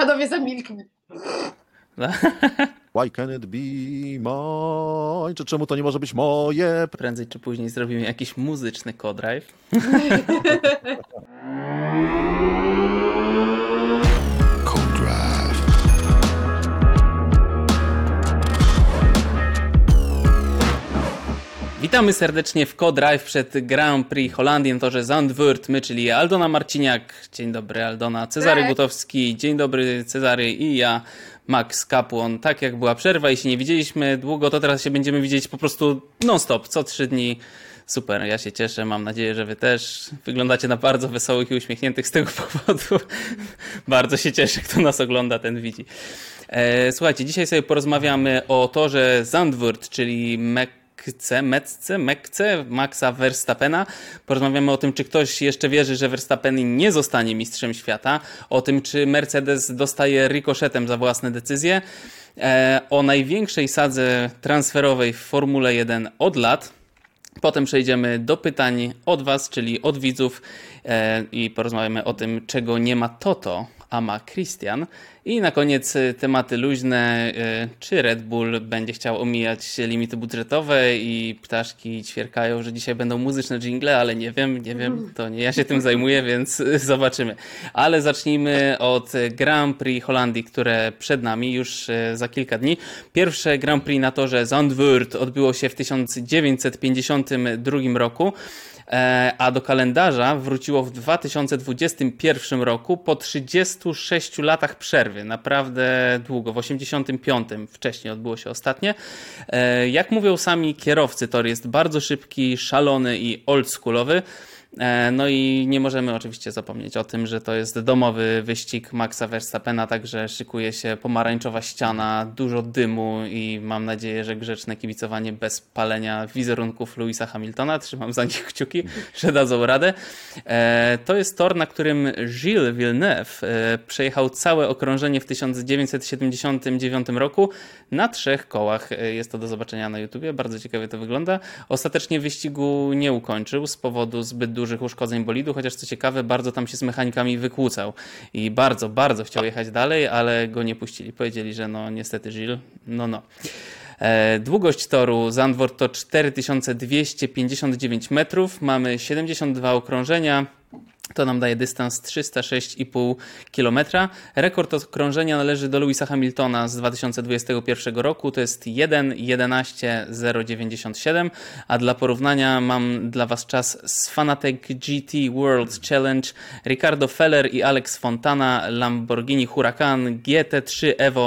Panowie, zamilknij. Why can it be mine? Czy czemu to nie może być moje? Prędzej czy później zrobimy jakiś muzyczny co-drive. Witamy serdecznie w Co-Drive przed Grand Prix Holandii na torze Zandvoort. My, czyli Aldona Marciniak. Dzień dobry, Aldona. Cezary Butowski. Dzień dobry, Cezary. I ja, Max Kapłon. Tak jak była przerwa i się nie widzieliśmy długo, to teraz się będziemy widzieć po prostu non-stop, co 3 dni. Super, ja się cieszę, mam nadzieję, że wy też. Wyglądacie na bardzo wesołych i uśmiechniętych z tego powodu. Bardzo się cieszę, kto nas ogląda, ten widzi. Słuchajcie, dzisiaj sobie porozmawiamy o torze Zandvoort, czyli Mekce Maxa Verstappena. Porozmawiamy o tym, czy ktoś jeszcze wierzy, że Verstappen nie zostanie mistrzem świata, o tym, czy Mercedes dostaje rikoszetem za własne decyzje, o największej sadze transferowej w Formule 1 od lat. Potem przejdziemy do pytań od was, czyli od widzów, i porozmawiamy o tym, czego nie ma Toto, a ma Christian. I na koniec tematy luźne, czy Red Bull będzie chciał omijać limity budżetowe i ptaszki ćwierkają, że dzisiaj będą muzyczne dżingle, ale nie wiem, to nie ja się tym zajmuję, więc zobaczymy. Ale zacznijmy od Grand Prix Holandii, które przed nami już za kilka dni. Pierwsze Grand Prix na torze Zandvoort odbyło się w 1952 roku. A do kalendarza wróciło w 2021 roku po 36 latach przerwy. Naprawdę długo, w 85 wcześniej odbyło się ostatnie. Jak mówią sami kierowcy, tor jest bardzo szybki, szalony i oldschoolowy. No i nie możemy oczywiście zapomnieć o tym, że to jest domowy wyścig Maxa Verstappena, także szykuje się pomarańczowa ściana, dużo dymu i mam nadzieję, że grzeczne kibicowanie bez palenia wizerunków Lewisa Hamiltona. Trzymam za nich kciuki, że dadzą radę. To jest tor, na którym Gilles Villeneuve przejechał całe okrążenie w 1979 roku na 3 kołach. Jest to do zobaczenia na YouTubie, bardzo ciekawie to wygląda. Ostatecznie wyścigu nie ukończył z powodu zbyt dużych uszkodzeń bolidu, chociaż co ciekawe, bardzo tam się z mechanikami wykłócał i bardzo chciał jechać dalej, ale go nie puścili. Powiedzieli, że no niestety Gilles, no. Długość toru Zandvoort to 4259 metrów, mamy 72 okrążenia. To nam daje dystans 306,5 km. Rekord okrążenia należy do Lewisa Hamiltona z 2021 roku. To jest 1:11:097. A dla porównania mam dla was czas z Fanatec GT World Challenge. Ricardo Feller i Alex Fontana Lamborghini Huracan GT3 Evo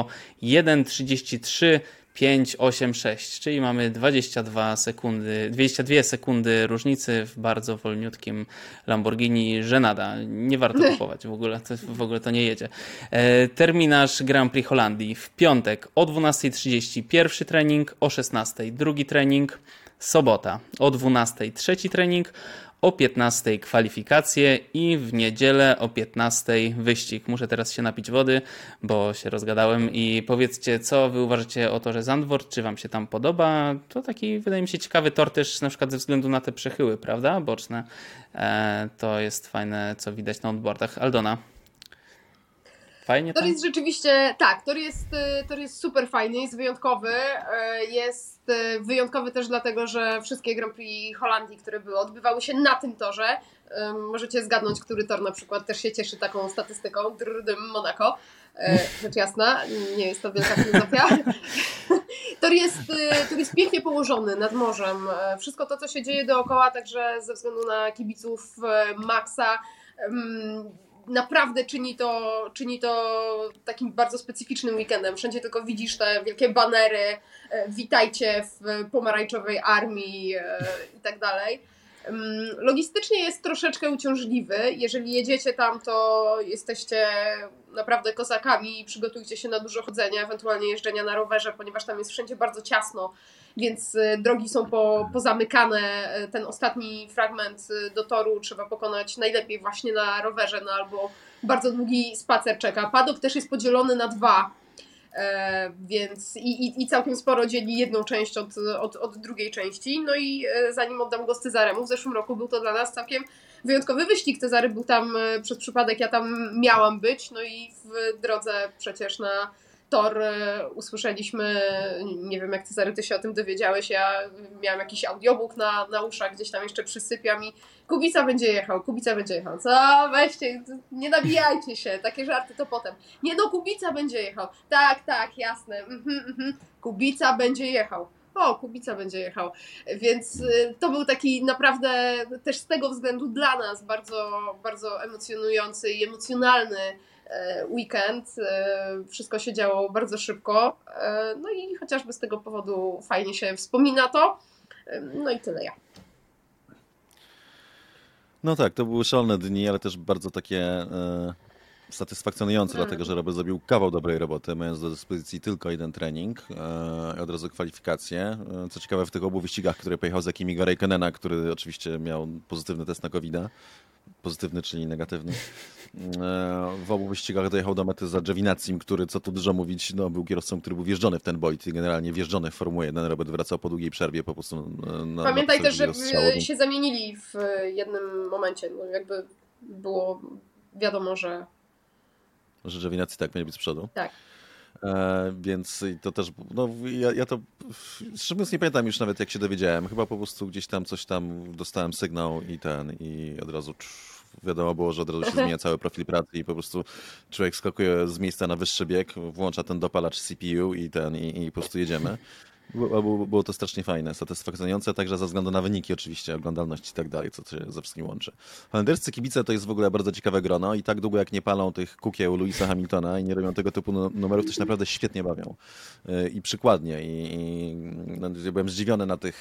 1:33:586, czyli mamy 22 sekundy różnicy w bardzo wolniutkim Lamborghini, że nada. Nie warto kupować, w ogóle to nie jedzie. Terminarz Grand Prix Holandii w piątek o 12:30 pierwszy trening, o 16:00 drugi trening, sobota o 12:00 trzeci trening, o 15:00 kwalifikacje i w niedzielę o 15:00 wyścig. Muszę teraz się napić wody, bo się rozgadałem i powiedzcie, co wy uważacie o torze Zandvoort, czy wam się tam podoba? To taki, wydaje mi się, ciekawy tor też na przykład ze względu na te przechyły, prawda? Boczne. To jest fajne, co widać na onboardach. Aldona? Fajnie tam? Tor jest rzeczywiście, tak, tor jest super fajny, jest wyjątkowy. Jest wyjątkowy też dlatego, że wszystkie Grand Prix Holandii, które były, odbywały się na tym torze. Możecie zgadnąć, który tor na przykład też się cieszy taką statystyką. Monaco. Rzecz jasna, nie jest to wielka filozofia. Tor jest pięknie położony nad morzem. Wszystko to, co się dzieje dookoła, także ze względu na kibiców Maxa, naprawdę czyni to takim bardzo specyficznym weekendem. Wszędzie tylko widzisz te wielkie banery, witajcie w pomarańczowej armii i tak dalej. Logistycznie jest troszeczkę uciążliwy. Jeżeli jedziecie tam, to jesteście naprawdę kozakami i przygotujcie się na dużo chodzenia, ewentualnie jeżdżenia na rowerze, ponieważ tam jest wszędzie bardzo ciasno, więc drogi są pozamykane. Ten ostatni fragment do toru trzeba pokonać najlepiej właśnie na rowerze, no albo bardzo długi spacer czeka. Paddock też jest podzielony na 2. Więc i całkiem sporo dzieli jedną część od drugiej części. No i zanim oddam głos Cezaremu, w zeszłym roku był to dla nas całkiem wyjątkowy wyścig. Cezary był tam przez przypadek, ja tam miałam być, no i w drodze przecież na tor usłyszeliśmy, nie wiem jak Cezary, ty się o tym dowiedziałeś, ja miałam jakiś audiobook na uszach, gdzieś tam jeszcze przysypiam i Kubica będzie jechał, co weźcie, nie nabijajcie się, takie żarty to potem. Nie no, Kubica będzie jechał, tak, jasne, Kubica będzie jechał. O, Kubica będzie jechał. Więc to był taki naprawdę też z tego względu dla nas bardzo, bardzo emocjonujący i emocjonalny weekend. Wszystko się działo bardzo szybko. No i chociażby z tego powodu fajnie się wspomina to. No i tyle ja. No tak, to były szalone dni, ale też bardzo takie satysfakcjonujące, dlatego że Robert zrobił kawał dobrej roboty, mając do dyspozycji tylko jeden trening i od razu kwalifikacje. Co ciekawe, w tych obu wyścigach, które pojechał za Kimiego Räikkönena, który oczywiście miał pozytywny test na COVID-a, pozytywny, czyli negatywny. W obu wyścigach dojechał do mety za Giovinazzi, który, co tu dużo mówić, no, był kierowcą, który był wjeżdżony w ten bolid i generalnie wjeżdżony w Formułę 1. Robert wracał po długiej przerwie po prostu Pamiętaj też, że rozstrzału. się zamienili w jednym momencie. No jakby było wiadomo, że Giovinazzi tak miał być z przodu. tak. Więc to też, no ja to, szczerze mówiąc nie pamiętam już nawet jak się dowiedziałem, chyba po prostu gdzieś tam coś tam dostałem sygnał i od razu wiadomo było, że od razu się zmienia cały profil pracy i po prostu człowiek skakuje z miejsca na wyższy bieg, włącza ten dopalacz CPU i po prostu jedziemy. Było to strasznie fajne, satysfakcjonujące, także ze względu na wyniki oczywiście, oglądalność i tak dalej, co się ze wszystkim łączy. Holenderscy kibice to jest w ogóle bardzo ciekawe grono i tak długo jak nie palą tych kukieł Lewisa Hamiltona i nie robią tego typu numerów, to się naprawdę świetnie bawią. I przykładnie. No, ja byłem zdziwiony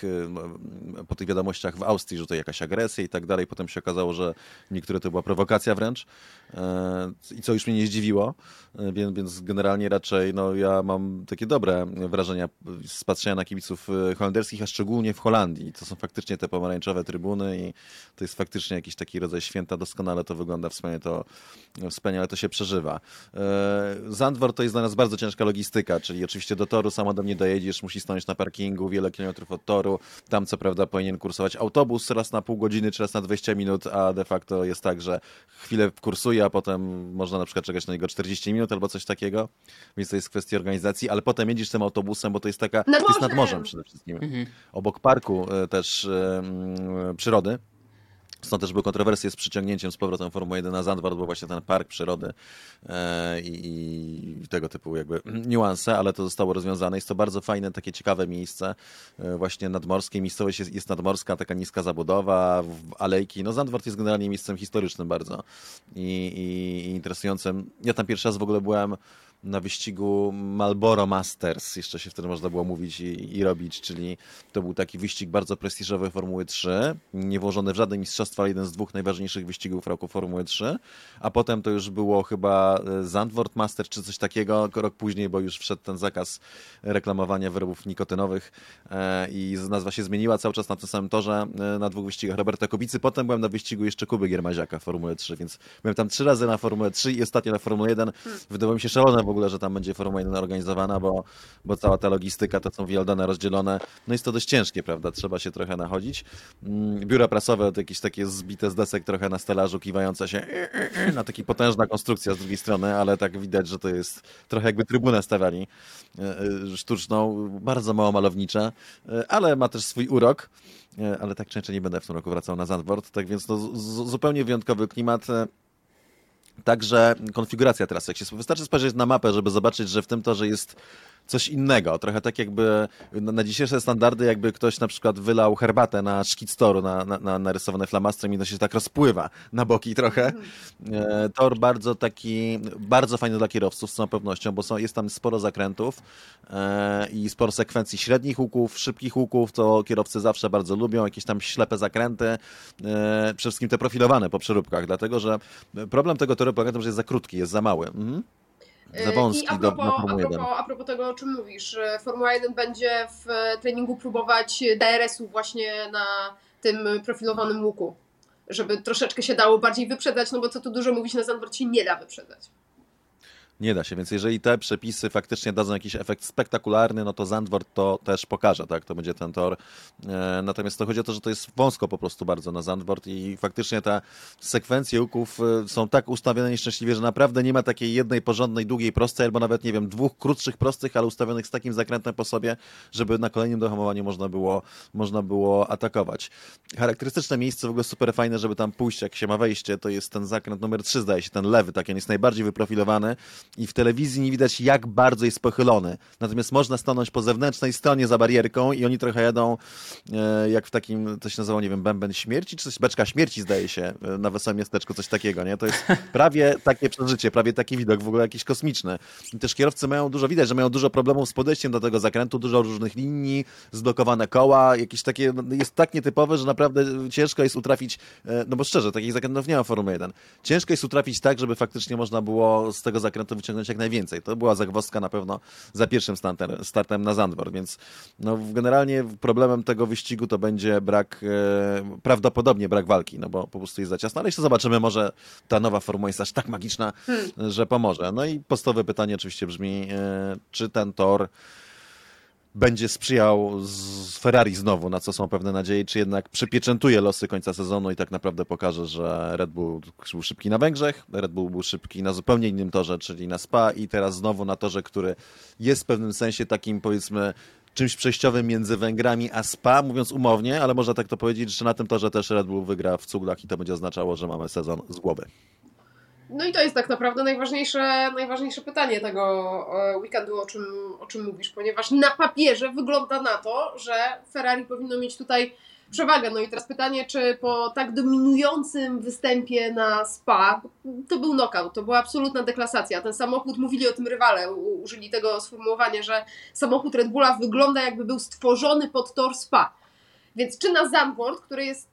po tych wiadomościach w Austrii, że to jakaś agresja i tak dalej. Potem się okazało, że niektóre to była prowokacja wręcz i co już mnie nie zdziwiło, więc generalnie raczej no, ja mam takie dobre wrażenia z patrzenia na kibiców holenderskich, a szczególnie w Holandii. To są faktycznie te pomarańczowe trybuny i to jest faktycznie jakiś taki rodzaj święta. Doskonale to wygląda, wspaniale to się przeżywa. Zandvoort to jest dla nas bardzo ciężka logistyka, czyli oczywiście do toru samo do mnie dojedziesz, musi stanąć na parkingu wiele kilometrów od toru. Tam co prawda powinien kursować autobus raz na pół godziny czy raz na 20 minut, a de facto jest tak, że chwilę kursuje, a potem można na przykład czekać na niego 40 minut albo coś takiego, więc to jest kwestia organizacji, ale potem jedziesz tym autobusem, bo to jest taka to jest nad morzem przede wszystkim. Obok parku też przyrody. Stąd też były kontrowersje z przyciągnięciem z powrotem Formuły 1 na Zandvoort, bo właśnie ten park przyrody i tego typu jakby niuanse, ale to zostało rozwiązane. Jest to bardzo fajne, takie ciekawe miejsce, właśnie nadmorskie. Miejscowość jest nadmorska, taka niska zabudowa, alejki. No Zandvoort jest generalnie miejscem historycznym bardzo i interesującym. Ja tam pierwszy raz w ogóle byłem na wyścigu Marlboro Masters, jeszcze się wtedy można było mówić i robić, czyli to był taki wyścig bardzo prestiżowy Formuły 3, nie włożony w żadne mistrzostwa, ale jeden z dwóch najważniejszych wyścigów roku Formuły 3, a potem to już było chyba Zandvoort Masters czy coś takiego, rok później, bo już wszedł ten zakaz reklamowania wyrobów nikotynowych i nazwa się zmieniła cały czas na tym samym torze na dwóch wyścigach Roberta Kubicy. Potem byłem na wyścigu jeszcze Kuby Giermaziaka w Formule 3, więc byłem tam 3 razy na Formule 3 i ostatnio na Formule 1. Wydawało mi się szalone w ogóle, że tam będzie Formuła 1 organizowana, bo cała ta logistyka to są Wialdane rozdzielone. No jest to dość ciężkie, prawda? Trzeba się trochę nachodzić. Biura prasowe to jakieś takie zbite z desek trochę na stelażu, kiwające się na taka potężna konstrukcja z drugiej strony, ale tak widać, że to jest trochę jakby trybunę stawiali sztuczną, bardzo mało malownicza, ale ma też swój urok. Ale tak często nie będę w tym roku wracał na Zandvoort, tak więc no, zupełnie wyjątkowy klimat. Także konfiguracja trasy. Wystarczy spojrzeć na mapę, żeby zobaczyć, że w tym torze jest coś innego. Trochę tak jakby na dzisiejsze standardy, jakby ktoś na przykład wylał herbatę na szkic toru, na narysowane flamastrem i to się tak rozpływa na boki trochę. Tor bardzo fajny dla kierowców z całą pewnością, bo jest tam sporo zakrętów i sporo sekwencji średnich łuków, szybkich łuków, to kierowcy zawsze bardzo lubią, jakieś tam ślepe zakręty, przede wszystkim te profilowane po przeróbkach, dlatego że problem tego toru polega na tym, że jest za krótki, jest za mały. Za wąski I a propos tego, o czym mówisz, Formuła 1 będzie w treningu próbować DRS-u właśnie na tym profilowanym łuku, żeby troszeczkę się dało bardziej wyprzedzać, no bo co tu dużo mówić, na Zandvoort się nie da wyprzedzać. Nie da się, więc jeżeli te przepisy faktycznie dadzą jakiś efekt spektakularny, no to Zandvoort to też pokaże, tak, to będzie ten tor. Natomiast to chodzi o to, że to jest wąsko po prostu bardzo na Zandvoort i faktycznie te sekwencje łuków są tak ustawione nieszczęśliwie, że naprawdę nie ma takiej jednej porządnej, długiej, prostej, albo nawet, nie wiem, dwóch krótszych, prostych, ale ustawionych z takim zakrętem po sobie, żeby na kolejnym dohamowaniu można było atakować. Charakterystyczne miejsce, w ogóle super fajne, żeby tam pójść, jak się ma wejście, to jest ten zakręt numer 3, zdaje się, ten lewy, taki on jest najbardziej wyprofilowany i w telewizji nie widać, jak bardzo jest pochylony. Natomiast można stanąć po zewnętrznej stronie za barierką i oni trochę jadą jak w takim, to się nazywało, nie wiem, bęben śmierci, czy coś, beczka śmierci, zdaje się, na Wesołym Miasteczku, coś takiego, nie? To jest prawie takie przeżycie, prawie taki widok, w ogóle jakiś kosmiczny. I też kierowcy widać, że mają dużo problemów z podejściem do tego zakrętu, dużo różnych linii, zblokowane koła, jakieś takie, jest tak nietypowe, że naprawdę ciężko jest utrafić, no bo szczerze, takich zakrętów nie ma w Formule 1. Ciężko jest utrafić tak, żeby faktycznie można było z tego zakrętu wyciągnąć jak najwięcej. To była zagwozdka na pewno za pierwszym startem na Zandvoort, więc no, generalnie problemem tego wyścigu to będzie prawdopodobnie brak walki, no bo po prostu jest za ciasno, ale jeszcze zobaczymy, może ta nowa formuła jest aż tak magiczna, że pomoże. No i podstawowe pytanie oczywiście brzmi, czy ten tor będzie sprzyjał z Ferrari znowu, na co są pewne nadzieje, czy jednak przypieczętuje losy końca sezonu i tak naprawdę pokaże, że Red Bull był szybki na Węgrzech, Red Bull był szybki na zupełnie innym torze, czyli na Spa i teraz znowu na torze, który jest w pewnym sensie takim, powiedzmy, czymś przejściowym między Węgrami a Spa, mówiąc umownie, ale można tak to powiedzieć, że na tym torze też Red Bull wygra w cuglach i to będzie oznaczało, że mamy sezon z głowy. No i to jest tak naprawdę najważniejsze pytanie tego weekendu, o czym mówisz, ponieważ na papierze wygląda na to, że Ferrari powinno mieć tutaj przewagę. No i teraz pytanie, czy po tak dominującym występie na Spa, to był knockout, to była absolutna deklasacja. Ten samochód, mówili o tym rywale, użyli tego sformułowania, że samochód Red Bulla wygląda jakby był stworzony pod tor Spa. Więc czy na Zandvoort, który jest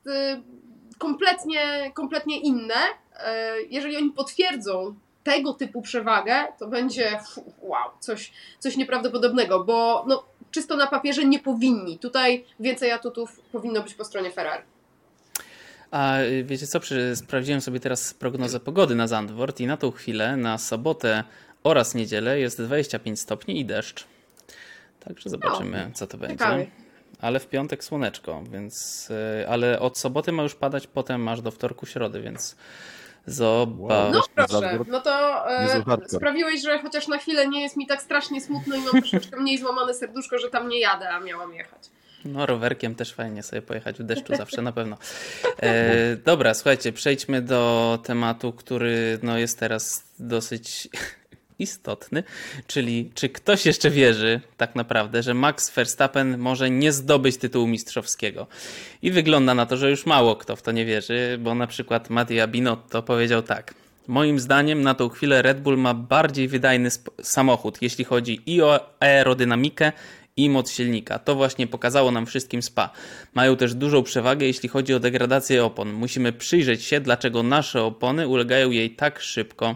kompletnie inne, jeżeli oni potwierdzą tego typu przewagę, to będzie wow, coś nieprawdopodobnego, bo no, czysto na papierze nie powinni. Tutaj więcej atutów powinno być po stronie Ferrari. A wiecie co, sprawdziłem sobie teraz prognozę pogody na Zandvoort i na tą chwilę, na sobotę oraz niedzielę jest 25 stopni i deszcz. Także zobaczymy, co to będzie. Ciekawe. Ale w piątek słoneczko, więc ale od soboty ma już padać, potem aż do wtorku, środy, więc zobacz. No proszę, no to sprawiłeś, że chociaż na chwilę nie jest mi tak strasznie smutno i mam troszeczkę mniej złamane serduszko, że tam nie jadę, a miałam jechać. No rowerkiem też fajnie sobie pojechać w deszczu zawsze na pewno. Dobra, słuchajcie, przejdźmy do tematu, który no, jest teraz dosyć istotny, czyli czy ktoś jeszcze wierzy tak naprawdę, że Max Verstappen może nie zdobyć tytułu mistrzowskiego. I wygląda na to, że już mało kto w to nie wierzy, bo na przykład Mattia Binotto powiedział tak: moim zdaniem na tą chwilę Red Bull ma bardziej wydajny samochód, jeśli chodzi i o aerodynamikę, i moc silnika. To właśnie pokazało nam wszystkim Spa. Mają też dużą przewagę, jeśli chodzi o degradację opon. Musimy przyjrzeć się, dlaczego nasze opony ulegają jej tak szybko.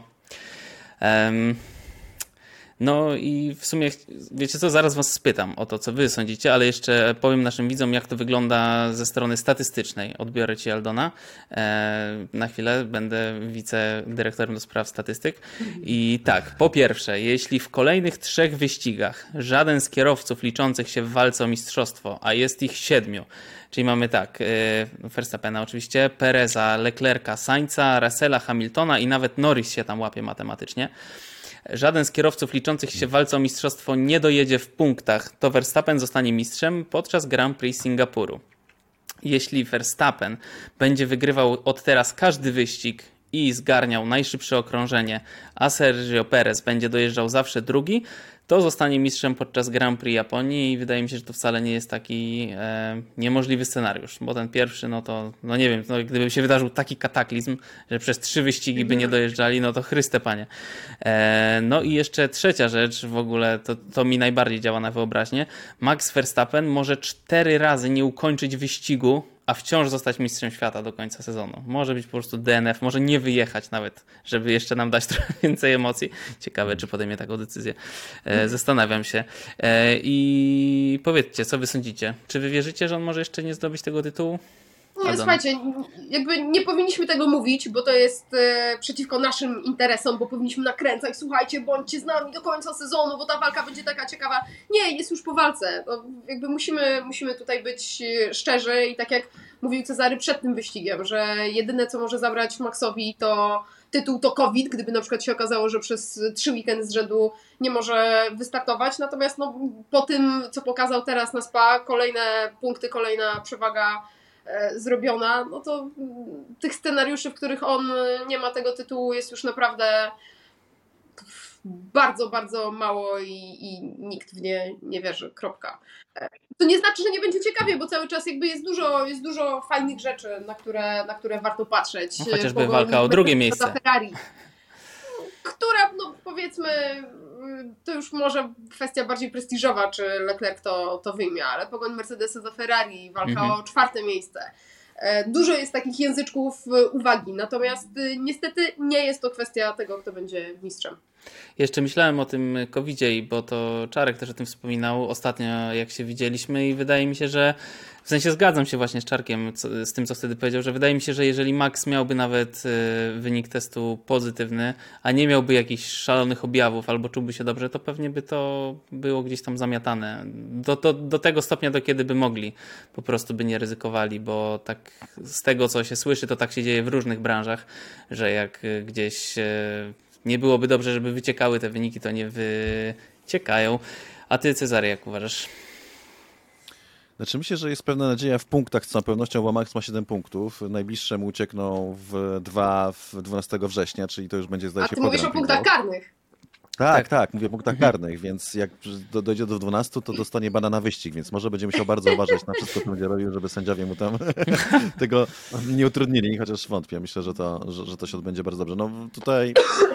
No i w sumie, wiecie co, zaraz was spytam o to, co wy sądzicie, ale jeszcze powiem naszym widzom, jak to wygląda ze strony statystycznej. Odbiorę ci Aldona. Na chwilę będę wicedyrektorem do spraw statystyk. I tak, po pierwsze, jeśli w kolejnych 3 wyścigach żaden z kierowców liczących się w walce o mistrzostwo, a jest ich 7, czyli mamy tak, Verstappena oczywiście, Pereza, Leclerca, Sainza, Russella, Hamiltona i nawet Norris się tam łapie matematycznie. Żaden z kierowców liczących się w walce o mistrzostwo nie dojedzie w punktach, to Verstappen zostanie mistrzem podczas Grand Prix Singapuru. Jeśli Verstappen będzie wygrywał od teraz każdy wyścig i zgarniał najszybsze okrążenie, a Sergio Perez będzie dojeżdżał zawsze drugi, to zostanie mistrzem podczas Grand Prix Japonii i wydaje mi się, że to wcale nie jest taki niemożliwy scenariusz, bo ten pierwszy, no to, no nie wiem, no gdyby się wydarzył taki kataklizm, że przez 3 wyścigi by nie dojeżdżali, no to Chryste Panie. No i jeszcze trzecia rzecz, w ogóle to mi najbardziej działa na wyobraźnię. Max Verstappen może 4 razy nie ukończyć wyścigu, a wciąż zostać mistrzem świata do końca sezonu. Może być po prostu DNF, może nie wyjechać nawet, żeby jeszcze nam dać trochę więcej emocji. Ciekawe, czy podejmie taką decyzję. Zastanawiam się. I powiedzcie, co wy sądzicie? Czy wy wierzycie, że on może jeszcze nie zdobyć tego tytułu? Aldona. słuchajcie, jakby nie powinniśmy tego mówić, bo to jest przeciwko naszym interesom, bo powinniśmy nakręcać, słuchajcie, bądźcie z nami do końca sezonu, bo ta walka będzie taka ciekawa. Nie, jest już po walce. To jakby musimy tutaj być szczerzy i tak jak mówił Cezary przed tym wyścigiem, że jedyne co może zabrać Maxowi to tytuł to COVID, gdyby na przykład się okazało, że przez 3 weekendy z rzędu nie może wystartować, natomiast po tym, co pokazał teraz na Spa, kolejne punkty, kolejna przewaga zrobiona, no to tych scenariuszy, w których on nie ma tego tytułu, jest już naprawdę bardzo, bardzo mało i nikt w nie wierzy. Kropka. To nie znaczy, że nie będzie ciekawie, bo cały czas jakby jest dużo fajnych rzeczy, na które warto patrzeć. No, chociażby walka o drugie miejsce. Ferrari, która, powiedzmy, to już może kwestia bardziej prestiżowa, czy Leclerc to wyjmie, ale pogoń Mercedesa za Ferrari, walka o 4. miejsce. Dużo jest takich języczków uwagi, natomiast niestety nie jest to kwestia tego, kto będzie mistrzem. Jeszcze myślałem o tym COVID-zie, bo to Czarek też o tym wspominał ostatnio, jak się widzieliśmy i wydaje mi się, że w sensie zgadzam się właśnie z Czarkiem z tym, co wtedy powiedział, że wydaje mi się, że jeżeli Max miałby nawet wynik testu pozytywny, a nie miałby jakichś szalonych objawów albo czułby się dobrze, to pewnie by to było gdzieś tam zamiatane. Do tego stopnia, do kiedy by mogli. Po prostu by nie ryzykowali, bo tak z tego, co się słyszy, to tak się dzieje w różnych branżach, że jak gdzieś nie byłoby dobrze, żeby wyciekały te wyniki, to nie wyciekają. A ty, Cezary, jak uważasz? Znaczy myślę, że jest pewna nadzieja w punktach z całą pewnością, bo Max ma 7 punktów. Najbliższe mu uciekną w 12 września, czyli to już będzie zdaje się po A ty mówisz o punktach karnych. Tak, mówię o punktach karnych, więc jak dojdzie do 12, to dostanie bana na wyścig, więc może będzie musiał bardzo uważać na wszystko, co będzie robił, żeby sędziowie mu tam tego nie utrudnili, chociaż wątpię. Myślę, że to się odbędzie bardzo dobrze. No tutaj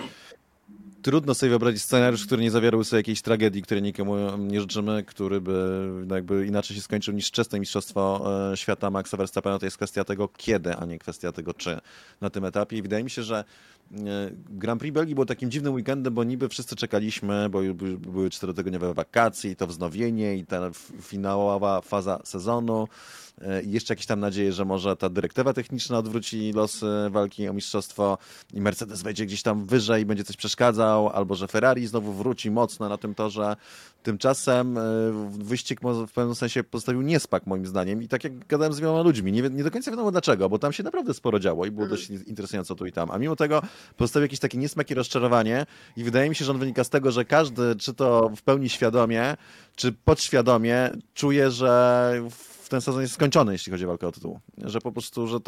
trudno sobie wyobrazić scenariusz, który nie zawierał sobie jakiejś tragedii, której nikomu nie życzymy, który by jakby inaczej się skończył niż wczesne mistrzostwo świata Maxa Verstappena. To jest kwestia tego kiedy, a nie kwestia tego czy na tym etapie. I wydaje mi się, że Grand Prix Belgii było takim dziwnym weekendem, bo niby wszyscy czekaliśmy, bo były 4-tygodniowe wakacje i to wznowienie i ta finałowa faza sezonu. I jeszcze jakieś tam nadzieje, że może ta dyrektywa techniczna odwróci losy walki o mistrzostwo i Mercedes wejdzie gdzieś tam wyżej i będzie coś przeszkadzał, albo że Ferrari znowu wróci mocno na tym torze. Tymczasem wyścig w pewnym sensie pozostawił niesmak moim zdaniem i tak jak gadałem z wieloma ludźmi, nie do końca wiadomo dlaczego, bo tam się naprawdę sporo działo i było dość interesująco tu i tam, a mimo tego pozostawił jakiś taki niesmak i rozczarowanie i wydaje mi się, że on wynika z tego, że każdy, czy to w pełni świadomie, czy podświadomie czuje, że ten sezon jest skończony, jeśli chodzi o walkę o tytuł. Że po prostu, że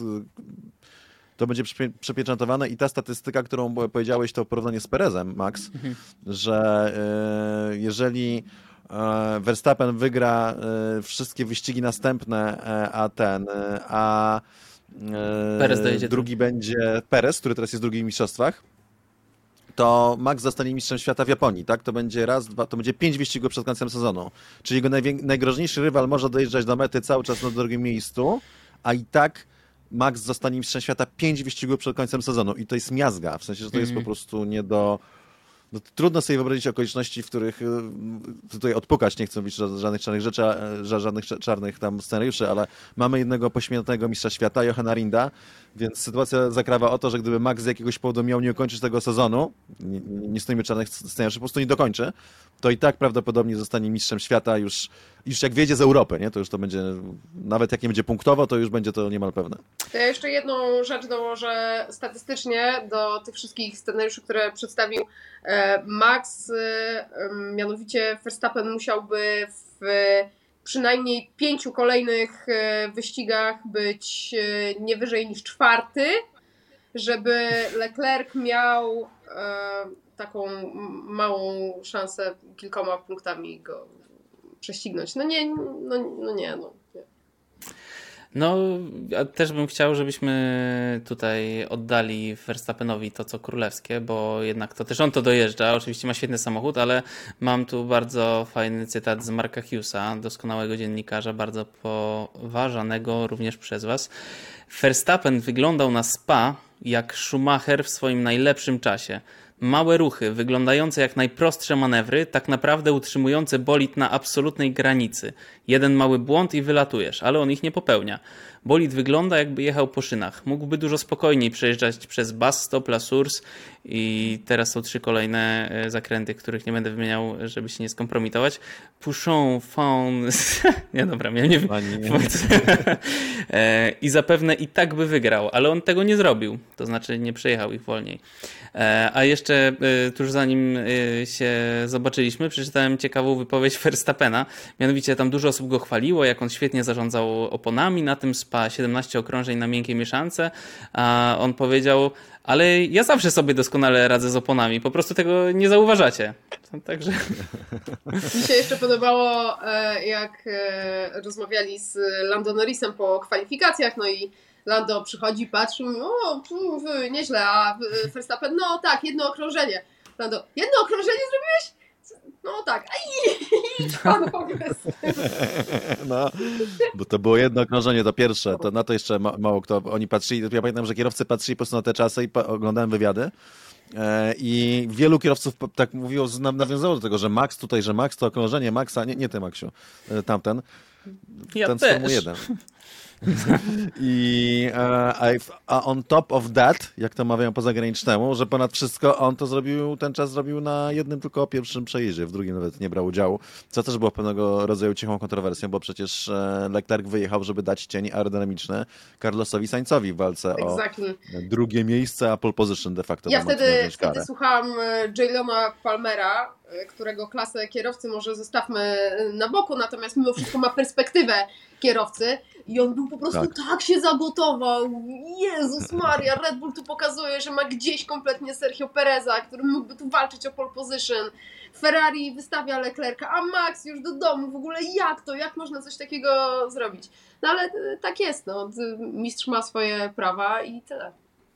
to będzie przepieczętowane i ta statystyka, którą powiedziałeś, to porównanie z Perezem, Max, że jeżeli Verstappen wygra wszystkie wyścigi następne, a drugi będzie Perez, który teraz jest drugi w mistrzostwach, to Max zostanie mistrzem świata w Japonii, tak? To będzie to będzie 5 wyścigów przed końcem sezonu. Czyli jego najgroźniejszy rywal może dojeżdżać do mety cały czas na drugim miejscu, a i tak Max zostanie mistrzem świata 5 wyścigów przed końcem sezonu. I to jest miazga, w sensie, że to jest po prostu nie do... No, trudno sobie wyobrazić okoliczności, w których tutaj odpukać, nie chcę mówić żadnych czarnych rzeczy, żadnych czarnych tam scenariuszy, ale mamy jednego pośmiertnego mistrza świata, Johanna Rinda, więc sytuacja zakrawa o to, że gdyby Max z jakiegoś powodu miał nie ukończyć tego sezonu, nie stoimy czarnych scenariuszy, po prostu nie dokończy, to i tak prawdopodobnie zostanie mistrzem świata już jak wjedzie z Europy, nie? To już to będzie, nawet jak nie będzie punktowo, to już będzie to niemal pewne. To ja jeszcze jedną rzecz dołożę statystycznie do tych wszystkich scenariuszy, które przedstawił Max. Mianowicie Verstappen musiałby w przynajmniej 5 kolejnych wyścigach być nie wyżej niż 4, żeby Leclerc miał taką małą szansę kilkoma punktami go prześcignąć. Nie. No, ja też bym chciał, żebyśmy tutaj oddali Verstappenowi to, co królewskie, bo jednak to też on to dojeżdża. Oczywiście ma świetny samochód, ale mam tu bardzo fajny cytat z Marka Hughesa, doskonałego dziennikarza, bardzo poważanego również przez was. Verstappen wyglądał na Spa jak Schumacher w swoim najlepszym czasie. Małe ruchy, wyglądające jak najprostsze manewry, tak naprawdę utrzymujące bolid na absolutnej granicy. Jeden mały błąd i wylatujesz, ale on ich nie popełnia. bolid wygląda, jakby jechał po szynach. Mógłby dużo spokojniej przejeżdżać przez Bas-Stop, La Source i teraz są 3 kolejne zakręty, których nie będę wymieniał, żeby się nie skompromitować. Pouchon, Faun... Nie, dobra, miałem nie... I zapewne i tak by wygrał, ale on tego nie zrobił. To znaczy nie przejechał ich wolniej. A jeszcze tuż zanim się zobaczyliśmy, przeczytałem ciekawą wypowiedź Verstappena. Mianowicie tam dużo osób go chwaliło, jak on świetnie zarządzał oponami na tym Spa, 17 okrążeń na miękkiej mieszance, a on powiedział, ale ja zawsze sobie doskonale radzę z oponami, po prostu tego nie zauważacie. Także... Mi się jeszcze podobało, jak rozmawiali z Lando Norrisem po kwalifikacjach, no i Lando przychodzi, patrzy, mówi, nieźle, a Verstappen, no tak, 1 okrążenie. Lando, 1 okrążenie zrobiłeś? No tak, idź pan powiedz. No, bo to było 1 okrążenie, to pierwsze, to na to jeszcze mało kto, oni patrzyli, ja pamiętam, że kierowcy patrzyli po prostu na te czasy i oglądałem wywiady i wielu kierowców tak mówiło, nawiązało do tego, że Max tutaj, że Max to okrążenie Maxa, nie ty Maxiu, tamten, ja ten też. z Formuły 1. A on top of that, jak to mawiają po zagranicznemu, że ponad wszystko on to zrobił, ten czas zrobił na jednym tylko pierwszym przejeździe, w drugim nawet nie brał udziału, co też było pewnego rodzaju cichą kontrowersją, bo przecież Leclerc wyjechał, żeby dać cień aerodynamiczny Carlosowi Sainzowi w walce o drugie miejsce, a pole position de facto. Ja wtedy słuchałam Jaylona Palmera, którego klasę kierowcy może zostawmy na boku, natomiast mimo wszystko ma perspektywę kierowcy i on był po prostu tak się zagotował. Jezus Maria, Red Bull tu pokazuje, że ma gdzieś kompletnie Sergio Pereza, który mógłby tu walczyć o pole position. Ferrari wystawia Leclerca, a Max już do domu. W ogóle jak można coś takiego zrobić? No ale tak jest, no. Mistrz ma swoje prawa i tyle.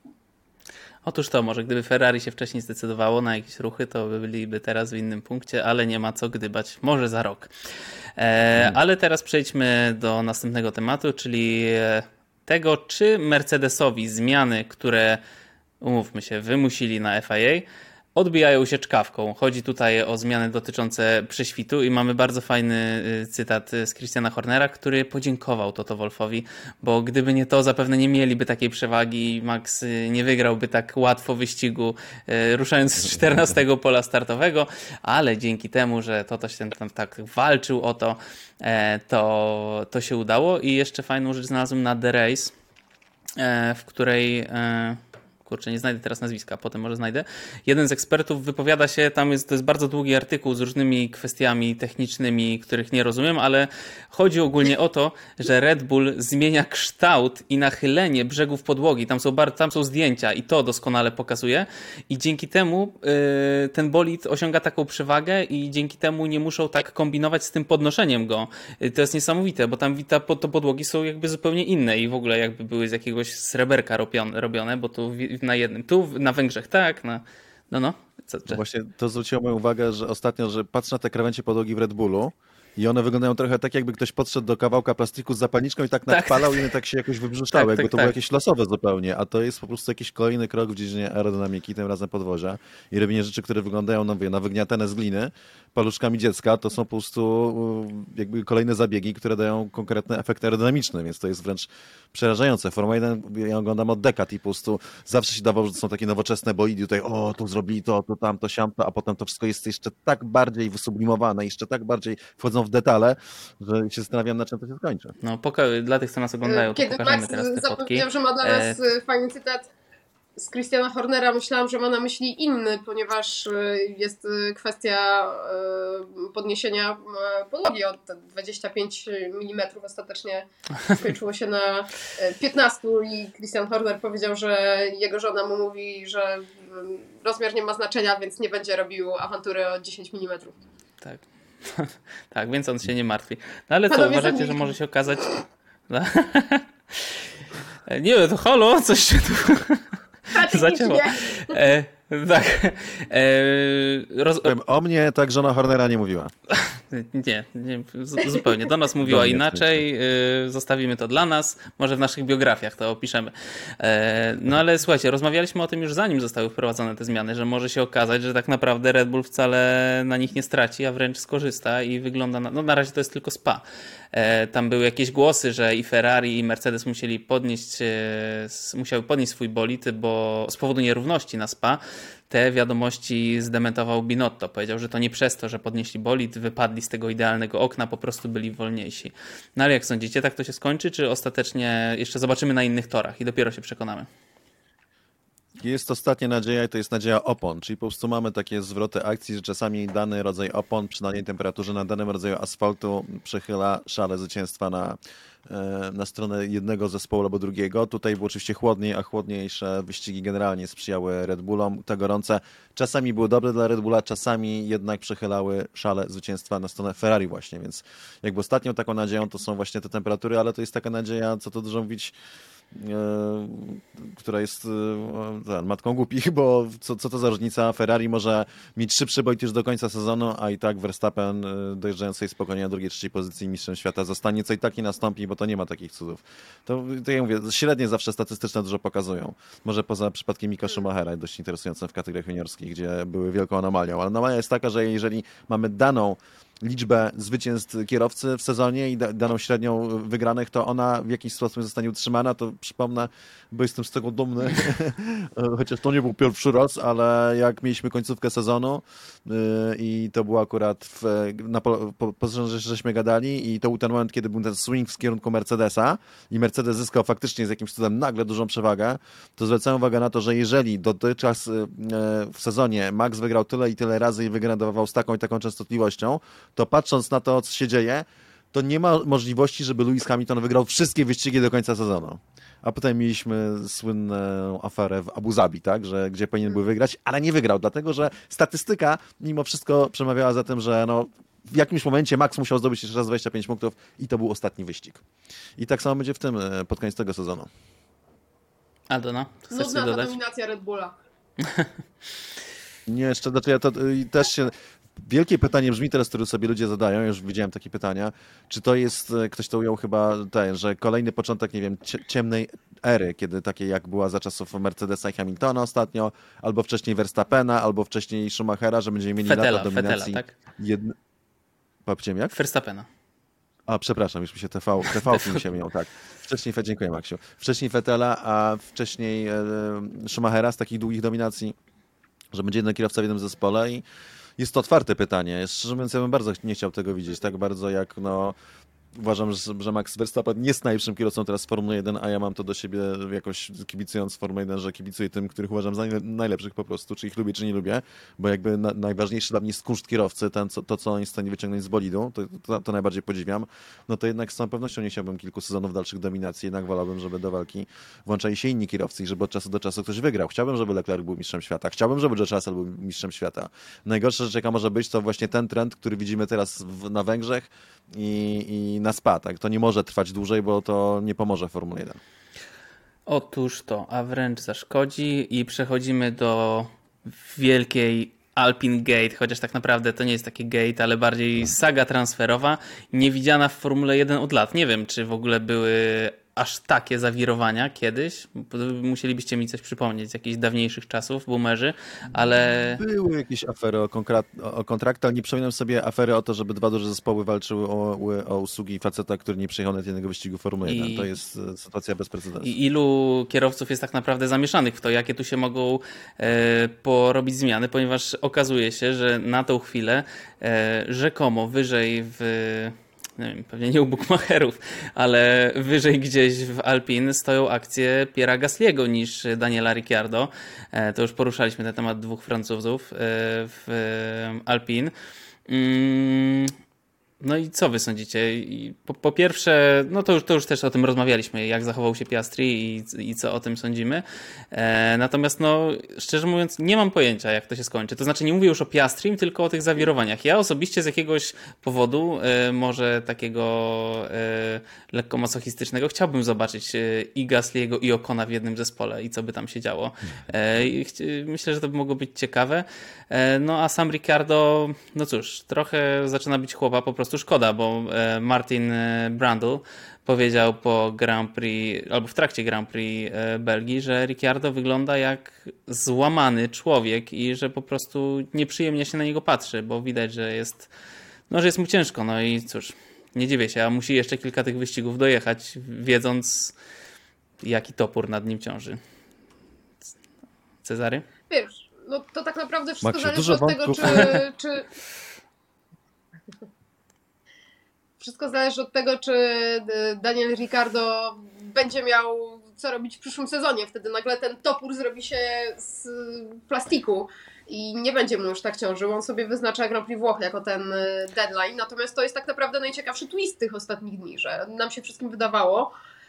Otóż to, może gdyby Ferrari się wcześniej zdecydowało na jakieś ruchy, to byliby teraz w innym punkcie, ale nie ma co gdybać, może za rok. Ale teraz przejdźmy do następnego tematu, czyli tego, czy Mercedesowi zmiany, które, umówmy się, wymusili na FIA, odbijają się czkawką. Chodzi tutaj o zmiany dotyczące prześwitu i mamy bardzo fajny cytat z Christiana Hornera, który podziękował Toto Wolffowi, bo gdyby nie to, zapewne nie mieliby takiej przewagi i Max nie wygrałby tak łatwo wyścigu, ruszając z 14 pola startowego, ale dzięki temu, że Toto się tam tak walczył o to, to się udało. I jeszcze fajną rzecz znalazłem na The Race, w której... Kurczę, nie znajdę teraz nazwiska, potem może znajdę. Jeden z ekspertów wypowiada się, to jest bardzo długi artykuł z różnymi kwestiami technicznymi, których nie rozumiem, ale chodzi ogólnie o to, że Red Bull zmienia kształt i nachylenie brzegów podłogi. Tam są zdjęcia i to doskonale pokazuje i dzięki temu ten bolid osiąga taką przewagę i dzięki temu nie muszą tak kombinować z tym podnoszeniem go. To jest niesamowite, bo tam te podłogi są jakby zupełnie inne i w ogóle jakby były z jakiegoś sreberka robione, bo tu na jednym, tu na Węgrzech tak, no. Właśnie to zwróciło moją uwagę, że ostatnio, że patrzę na te krawędzie podłogi w Red Bullu i one wyglądają trochę tak, jakby ktoś podszedł do kawałka plastiku z zapalniczką i tak nakpalał i one tak się jakoś wybrzuszały, jakby to było jakieś losowe zupełnie, a to jest po prostu jakiś kolejny krok w dziedzinie aerodynamiki, tym razem podwozia i robienie rzeczy, które wyglądają na wygniatane z gliny paluszkami dziecka, to są po prostu jakby kolejne zabiegi, które dają konkretny efekt aerodynamiczny, więc to jest wręcz przerażające. Formuła 1 ja oglądam od dekad i po prostu zawsze się dawało, że to są takie nowoczesne bolidy, tutaj tu zrobili to tamto, siamto, a potem to wszystko jest jeszcze tak bardziej wysublimowane, jeszcze tak bardziej wchodzą w detale, że się zastanawiam, na czym to się skończy. No, dla tych, co nas oglądają, to pokażemy Max teraz te fotki. zapewniał, że ma dla nas fajny cytat z Christiana Hornera, myślałam, że ma na myśli inny, ponieważ jest kwestia podniesienia podłogi o 25 mm. Ostatecznie skończyło się na 15 i Christian Horner powiedział, że jego żona mu mówi, że rozmiar nie ma znaczenia, więc nie będzie robił awantury o 10 mm. Tak. Tak, więc on się nie martwi. No ale co, uważacie, że może się okazać... Nie, to halo, coś się tu zacięło. Tak. Powiem, o mnie tak żona Hornera nie mówiła. Nie, zupełnie. Do nas mówiła inaczej. Zostawimy to dla nas. Może w naszych biografiach to opiszemy. No ale słuchajcie, rozmawialiśmy o tym już zanim zostały wprowadzone te zmiany, że może się okazać, że tak naprawdę Red Bull wcale na nich nie straci, a wręcz skorzysta i wygląda na... No na razie to jest tylko Spa. Tam były jakieś głosy, że i Ferrari, i Mercedes musiały podnieść swój bolid, bo z powodu nierówności na Spa. Te wiadomości zdementował Binotto. Powiedział, że to nie przez to, że podnieśli bolid, wypadli z tego idealnego okna, po prostu byli wolniejsi. No ale jak sądzicie, tak to się skończy, czy ostatecznie jeszcze zobaczymy na innych torach i dopiero się przekonamy? Jest ostatnia nadzieja i to jest nadzieja opon, czyli po prostu mamy takie zwroty akcji, że czasami dany rodzaj opon przy danej temperaturze na danym rodzaju asfaltu przechyla szale zwycięstwa na stronę jednego zespołu albo drugiego. Tutaj było oczywiście chłodniej, a chłodniejsze wyścigi generalnie sprzyjały Red Bullom. Te gorące czasami były dobre dla Red Bulla, czasami jednak przechylały szale zwycięstwa na stronę Ferrari właśnie, więc jakby ostatnią taką nadzieją to są właśnie te temperatury, ale to jest taka nadzieja, co to dużo mówić, która jest matką głupich, bo co to za różnica? Ferrari może mieć szybszy bolid już do końca sezonu, a i tak Verstappen dojeżdżając sobie spokojnie na drugiej, trzeciej pozycji mistrzem świata zostanie, co i tak nie nastąpi, bo to nie ma takich cudów. To ja mówię, średnie zawsze statystyczne dużo pokazują. Może poza przypadkiem Mika Schumachera, dość interesującym w kategoriach juniorskich, gdzie były wielką anomalią, ale anomalia jest taka, że jeżeli mamy daną liczbę zwycięstw kierowcy w sezonie i daną średnią wygranych, to ona w jakiś sposób zostanie utrzymana, to przypomnę, bo jestem z tego dumny, chociaż to nie był pierwszy raz, ale jak mieliśmy końcówkę sezonu i to było akurat po żeśmy gadali i to był ten moment, kiedy był ten swing w kierunku Mercedesa i Mercedes zyskał faktycznie z jakimś cudem nagle dużą przewagę, to zwracałem uwagę na to, że jeżeli dotychczas w sezonie Max wygrał tyle i tyle razy i wygnadował z taką i taką częstotliwością, to patrząc na to, co się dzieje, to nie ma możliwości, żeby Lewis Hamilton wygrał wszystkie wyścigi do końca sezonu. A potem mieliśmy słynną aferę w Abu Zabi, tak? Gdzie powinien był wygrać, ale nie wygrał, dlatego że statystyka mimo wszystko przemawiała za tym, że w jakimś momencie Max musiał zdobyć jeszcze raz 25 punktów i to był ostatni wyścig. I tak samo będzie pod koniec tego sezonu. Aldona, chcesz coś Nudna ta dodać? dominacja Red Bulla. Nie, jeszcze ja to też się... Wielkie pytanie brzmi teraz, które sobie ludzie zadają, już widziałem takie pytania, czy to jest, ktoś to ujął chyba że kolejny początek, nie wiem, ciemnej ery, kiedy takie jak była za czasów Mercedesa i Hamiltona ostatnio, albo wcześniej Verstappena, albo wcześniej Schumachera, że będziemy mieli lata dominacji. Fetela, tak? Papciem jak? Verstappena. A, przepraszam, już mi się TV mi się myją, tak. Wcześniej, dziękuję Maksiu. Wcześniej Fetela, a wcześniej Schumachera z takich długich dominacji, że będzie jeden kierowca w jednym zespole i jest to otwarte pytanie. Szczerze mówiąc, ja bym bardzo nie chciał tego widzieć, tak bardzo jak uważam, że Max Verstappen nie jest najlepszym kierowcą teraz w Formule 1, a ja mam to do siebie jakoś kibicując Formule 1, że kibicuję tym, których uważam za najlepszych po prostu, czy ich lubię, czy nie lubię, bo jakby najważniejszy dla mnie jest kunszt kierowcy, co on jest w stanie wyciągnąć z bolidu, to najbardziej podziwiam, no to jednak z całą pewnością nie chciałbym kilku sezonów dalszych dominacji, jednak wolałbym, żeby do walki włączali się inni kierowcy i żeby od czasu do czasu ktoś wygrał. Chciałbym, żeby Leclerc był mistrzem świata, chciałbym, żeby George Russell był mistrzem świata. Najgorsza rzecz, jaka może być, to właśnie ten trend, który widzimy teraz na Węgrzech i na Spa, tak? To nie może trwać dłużej, bo to nie pomoże Formule 1. Otóż to, a wręcz zaszkodzi i przechodzimy do wielkiej Alpine Gate, chociaż tak naprawdę to nie jest taki gate, ale bardziej saga transferowa, niewidziana w Formule 1 od lat. Nie wiem, czy w ogóle były aż takie zawirowania kiedyś. Musielibyście mi coś przypomnieć z jakichś dawniejszych czasów, boomerzy, ale... Były jakieś afery o kontrakty, ale nie przypominam sobie afery o to, żeby dwa duże zespoły walczyły o usługi faceta, który nie przejechał nawet jednego wyścigu Formuły 1. To jest sytuacja bez precedensu. I ilu kierowców jest tak naprawdę zamieszanych w to, jakie tu się mogą porobić zmiany, ponieważ okazuje się, że na tą chwilę rzekomo wyżej nie wiem, pewnie nie u bukmacherów, ale wyżej gdzieś w Alpine stoją akcje Pierre'a Gasly'ego niż Daniela Ricciardo. To już poruszaliśmy ten temat dwóch Francuzów w Alpine. No i co wy sądzicie? Po pierwsze, no to już też o tym rozmawialiśmy, jak zachował się Piastri i co o tym sądzimy. Natomiast no, szczerze mówiąc, nie mam pojęcia, jak to się skończy. To znaczy, nie mówię już o Piastrim, tylko o tych zawirowaniach. Ja osobiście z jakiegoś powodu, może takiego lekko masochistycznego, chciałbym zobaczyć i Gasly'ego, i Ocona w jednym zespole i co by tam się działo. Myślę, że to by mogło być ciekawe. No a sam Ricciardo, no cóż, trochę zaczyna być chłopa po prostu szkoda, bo Martin Brundle powiedział po Grand Prix, albo w trakcie Grand Prix Belgii, że Ricciardo wygląda jak złamany człowiek i że po prostu nieprzyjemnie się na niego patrzy, bo widać, że jest mu ciężko. No i cóż, nie dziwię się, a musi jeszcze kilka tych wyścigów dojechać, wiedząc, jaki topór nad nim ciąży. Cezary? Wiesz, no to tak naprawdę wszystko Maksiu, zależy dużo od tego, wątków. czy... Wszystko zależy od tego, czy Daniel Ricciardo będzie miał co robić w przyszłym sezonie. Wtedy nagle ten topór zrobi się z plastiku i nie będzie mu już tak ciążył. On sobie wyznacza Grand Prix Włoch jako ten deadline. Natomiast to jest tak naprawdę najciekawszy twist tych ostatnich dni, że nam się wszystkim wydawało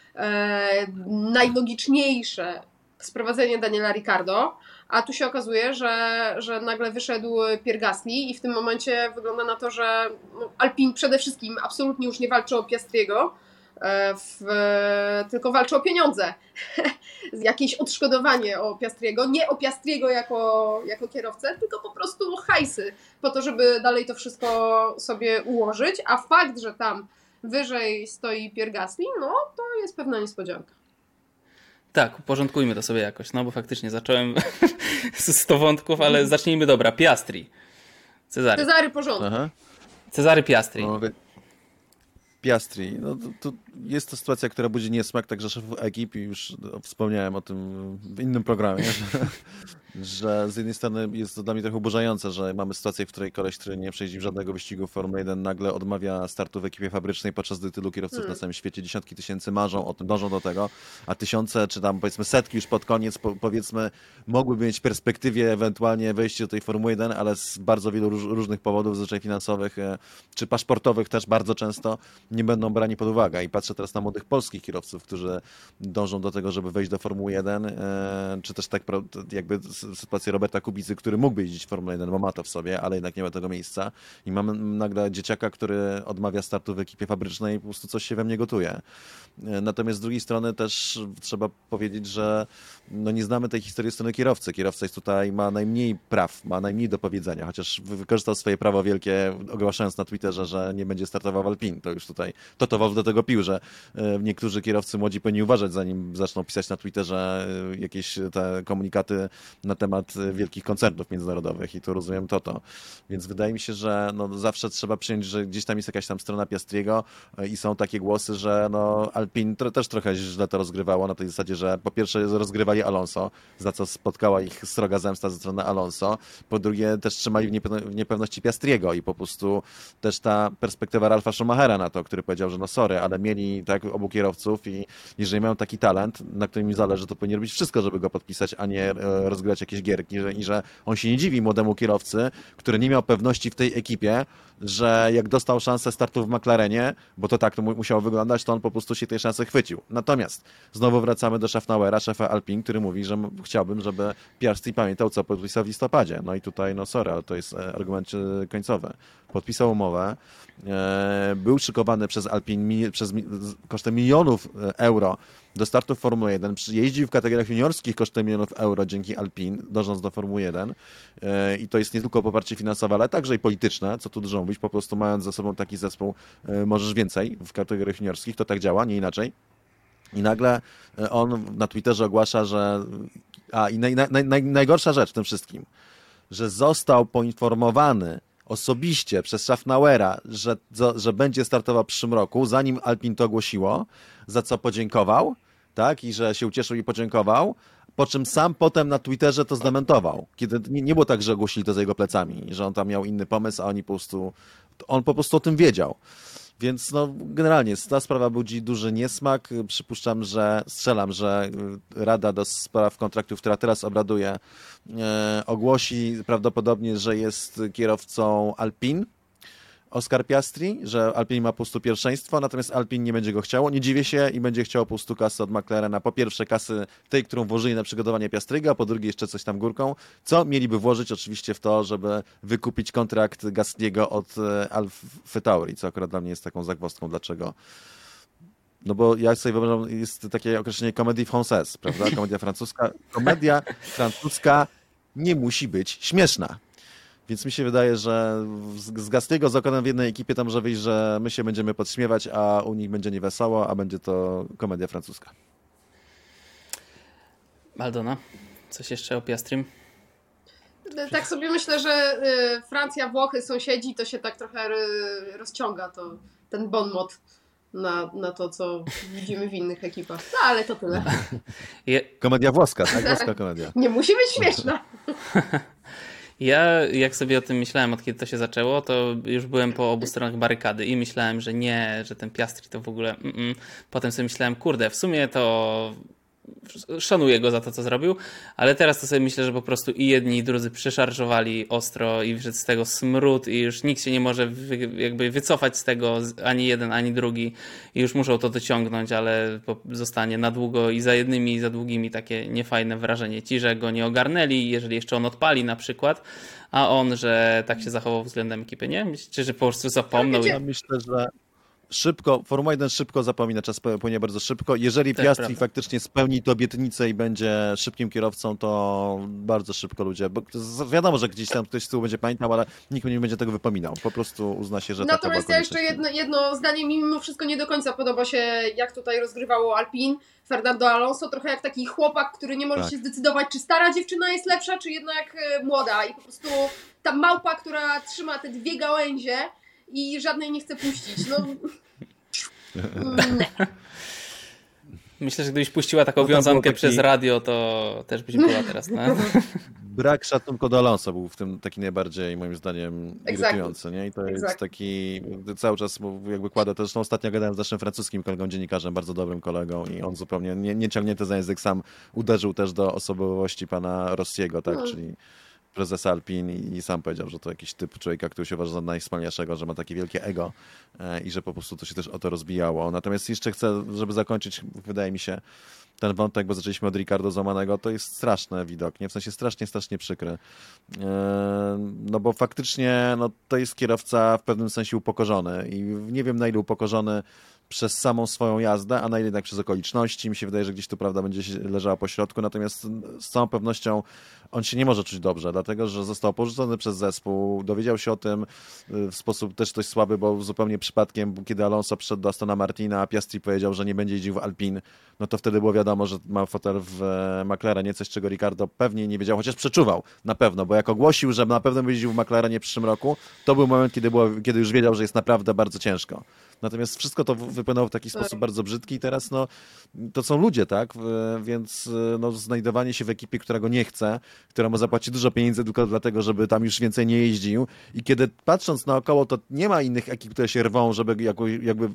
najlogiczniejsze sprowadzenie Daniela Ricciardo, a tu się okazuje, że nagle wyszedł Pierre Gasly i w tym momencie wygląda na to, że Alpine przede wszystkim absolutnie już nie walczy o Piastriego, tylko walczy o pieniądze. Jakieś odszkodowanie o Piastriego, nie o Piastriego jako kierowcę, tylko po prostu hajsy, po to, żeby dalej to wszystko sobie ułożyć, a fakt, że tam wyżej stoi Pierre Gasly, no to jest pewna niespodzianka. Tak, uporządkujmy to sobie jakoś, no bo faktycznie zacząłem z 100 wątków, ale zacznijmy, dobra, Piastri. Cezary porządku. Aha. Cezary Piastri. No, Piastri, no to jest to sytuacja, która budzi niesmak, także szefów ekip i już wspomniałem o tym w innym programie, że z jednej strony jest to dla mnie trochę oburzające, że mamy sytuację, w której koleś, który nie przejeździł żadnego wyścigu Formuły 1, nagle odmawia startu w ekipie fabrycznej, podczas gdy tylu kierowców na całym świecie, dziesiątki tysięcy marzą o tym, dążą do tego, a tysiące, czy tam powiedzmy setki już pod koniec, powiedzmy, mogłyby mieć w perspektywie ewentualnie wejście do tej Formuły 1, ale z bardzo wielu różnych powodów, zazwyczaj finansowych, czy paszportowych też bardzo często nie będą brani pod uwagę. I patrzę teraz na młodych polskich kierowców, którzy dążą do tego, żeby wejść do Formuły 1, czy też tak jakby sytuację Roberta Kubicy, który mógłby jeździć w Formule 1, bo ma to w sobie, ale jednak nie ma tego miejsca. I mamy nagle dzieciaka, który odmawia startu w ekipie fabrycznej i po prostu coś się we mnie gotuje. Natomiast z drugiej strony też trzeba powiedzieć, że no nie znamy tej historii strony kierowcy. Kierowca jest tutaj, ma najmniej praw, ma najmniej do powiedzenia, chociaż wykorzystał swoje prawo wielkie, ogłaszając na Twitterze, że nie będzie startował w Alpine. To już tutaj Toto Wolff do tego pił, że niektórzy kierowcy młodzi powinni uważać, zanim zaczną pisać na Twitterze jakieś te komunikaty na temat wielkich koncernów międzynarodowych i tu rozumiem Toto. Więc wydaje mi się, że no zawsze trzeba przyjąć, że gdzieś tam jest jakaś tam strona Piastriego i są takie głosy, że no Alpine też trochę źle to rozgrywało na tej zasadzie, że po pierwsze rozgrywali Alonso, za co spotkała ich sroga zemsta ze strony Alonso. Po drugie też trzymali w niepewności Piastriego i po prostu też ta perspektywa Ralfa Schumachera na to, który powiedział, że no sorry, ale mieli tak obu kierowców i jeżeli mają taki talent, na którym im zależy, to powinni robić wszystko, żeby go podpisać, a nie rozgrywać jakieś gierki i że on się nie dziwi młodemu kierowcy, który nie miał pewności w tej ekipie, że jak dostał szansę startu w McLarenie, bo to tak to musiało wyglądać, to on po prostu się tej szansy chwycił. Natomiast znowu wracamy do Schaffnauera, szefa Alpine, który mówi, że chciałbym, żeby Piastri pamiętał, co podpisał w listopadzie. No i tutaj, no sorry, ale to jest argument końcowy. Podpisał umowę, był szykowany przez Alpine kosztem milionów euro do startu w Formuły 1, jeździł w kategoriach juniorskich kosztem milionów euro dzięki Alpine, dążąc do Formuły 1 i to jest nie tylko poparcie finansowe, ale także i polityczne, co tu dużo mówić, po prostu mając za sobą taki zespół możesz więcej w kategoriach juniorskich, to tak działa, nie inaczej. I nagle on na Twitterze ogłasza, że najgorsza rzecz w tym wszystkim, że został poinformowany osobiście przez Schaffnauera, że będzie startował w przyszłym roku, zanim Alpine to ogłosiło, za co podziękował, tak, i że się ucieszył i podziękował, po czym sam potem na Twitterze to zdementował. Kiedy nie było tak, że ogłosili to za jego plecami, że on tam miał inny pomysł, a on po prostu o tym wiedział. Więc no, generalnie ta sprawa budzi duży niesmak. Przypuszczam, strzelam, że Rada do Spraw Kontraktów, która teraz obraduje, ogłosi prawdopodobnie, że jest kierowcą Alpine. Oscar Piastri, że Alpine ma po prostu pierwszeństwo, natomiast Alpine nie będzie go chciało. Nie dziwię się i będzie chciało po prostu kasy od McLarena. Po pierwsze kasy tej, którą włożyli na przygotowanie Piastriego, a po drugie jeszcze coś tam górką, co mieliby włożyć oczywiście w to, żeby wykupić kontrakt Gasly'ego od Alfy Tauri, co akurat dla mnie jest taką zagwozdką. Dlaczego? No bo ja sobie wyobrażam, jest takie określenie comédie française, prawda? Komedia francuska. Komedia francuska nie musi być śmieszna. Więc mi się wydaje, że z Gasly'ego z Okonem w jednej ekipie tam może wyjść, że my się będziemy podśmiewać, a u nich będzie niewesoło, a będzie to komedia francuska. Aldona, coś jeszcze o Piastrim? Tak sobie myślę, że Francja, Włochy, sąsiedzi, to się tak trochę rozciąga ten bon mot na to, co widzimy w innych ekipach. No ale to tyle. Komedia włoska, tak? Włoska komedia. Nie musi być śmieszna. Ja, jak sobie o tym myślałem, od kiedy to się zaczęło, to już byłem po obu stronach barykady i myślałem, że nie, że ten Piastri to w ogóle... Potem sobie myślałem, kurde, w sumie to szanuję go za to, co zrobił, ale teraz to sobie myślę, że po prostu i jedni, i drudzy przeszarżowali ostro i wyszedł z tego smród i już nikt się nie może jakby wycofać z tego, ani jeden, ani drugi i już muszą to dociągnąć, ale zostanie na długo i za jednymi, i za długimi takie niefajne wrażenie. Ci, że go nie ogarnęli, jeżeli jeszcze on odpali na przykład, a on, że tak się zachował względem ekipy, nie? Myślicie, że po prostu zapomniał? Ja myślę, że Formuła 1 szybko zapomina, czas płynie bardzo szybko. Jeżeli Piastri faktycznie spełni tę obietnicę i będzie szybkim kierowcą, to bardzo szybko ludzie, bo wiadomo, że gdzieś tam ktoś z tyłu będzie pamiętał, ale nikt nie będzie tego wypominał. Po prostu uzna się, że natomiast ja jeszcze jedno zdanie mi mimo wszystko nie do końca podoba się, jak tutaj rozgrywało Alpine. Fernando Alonso trochę jak taki chłopak, który nie może się zdecydować, czy stara dziewczyna jest lepsza, czy jednak młoda. I po prostu ta małpa, która trzyma te dwie gałęzie i żadnej nie chce puścić. No... Myślę, że gdybyś puściła taką wiązankę przez radio, to też byś była teraz. No? Brak szacunku do Alonso był w tym taki najbardziej, moim zdaniem, irytujący. Nie? I to jest taki, cały czas jakby kładę, to zresztą ostatnio gadałem z naszym francuskim kolegą, dziennikarzem, bardzo dobrym kolegą i on zupełnie nie ciągnięty za język sam uderzył też do osobowości pana Rossiego, tak, czyli prezesa Alpine i sam powiedział, że to jakiś typ człowieka, który się uważa za najwspanialszego, że ma takie wielkie ego i że po prostu to się też o to rozbijało. Natomiast jeszcze chcę, żeby zakończyć, wydaje mi się, ten wątek, bo zaczęliśmy od Ricardo złamanego, to jest straszny widok, nie? W sensie strasznie przykry. No bo faktycznie to jest kierowca w pewnym sensie upokorzony i nie wiem na ile upokorzony przez samą swoją jazdę, a na ile jednak przez okoliczności. Mi się wydaje, że gdzieś tu prawda będzie leżała po środku, natomiast z całą pewnością on się nie może czuć dobrze, dlatego że został porzucony przez zespół, dowiedział się o tym w sposób też dość słaby, bo zupełnie przypadkiem, kiedy Alonso przyszedł do Astona Martina, a Piastri powiedział, że nie będzie jeździł w Alpine, no to wtedy było wiadomo, że ma fotel w McLarenie, coś czego Ricardo pewnie nie wiedział, chociaż przeczuwał na pewno, bo jak ogłosił, że na pewno będzie jeździł w McLarenie w przyszłym roku, to był moment, kiedy już wiedział, że jest naprawdę bardzo ciężko. Natomiast wszystko to wypłynęło w taki sposób bardzo brzydki i teraz to są ludzie, tak? Więc znajdowanie się w ekipie, która go nie chce, która mu zapłaci dużo pieniędzy tylko dlatego, żeby tam już więcej nie jeździł i kiedy patrząc naokoło, to nie ma innych ekip, które się rwą, żeby jakby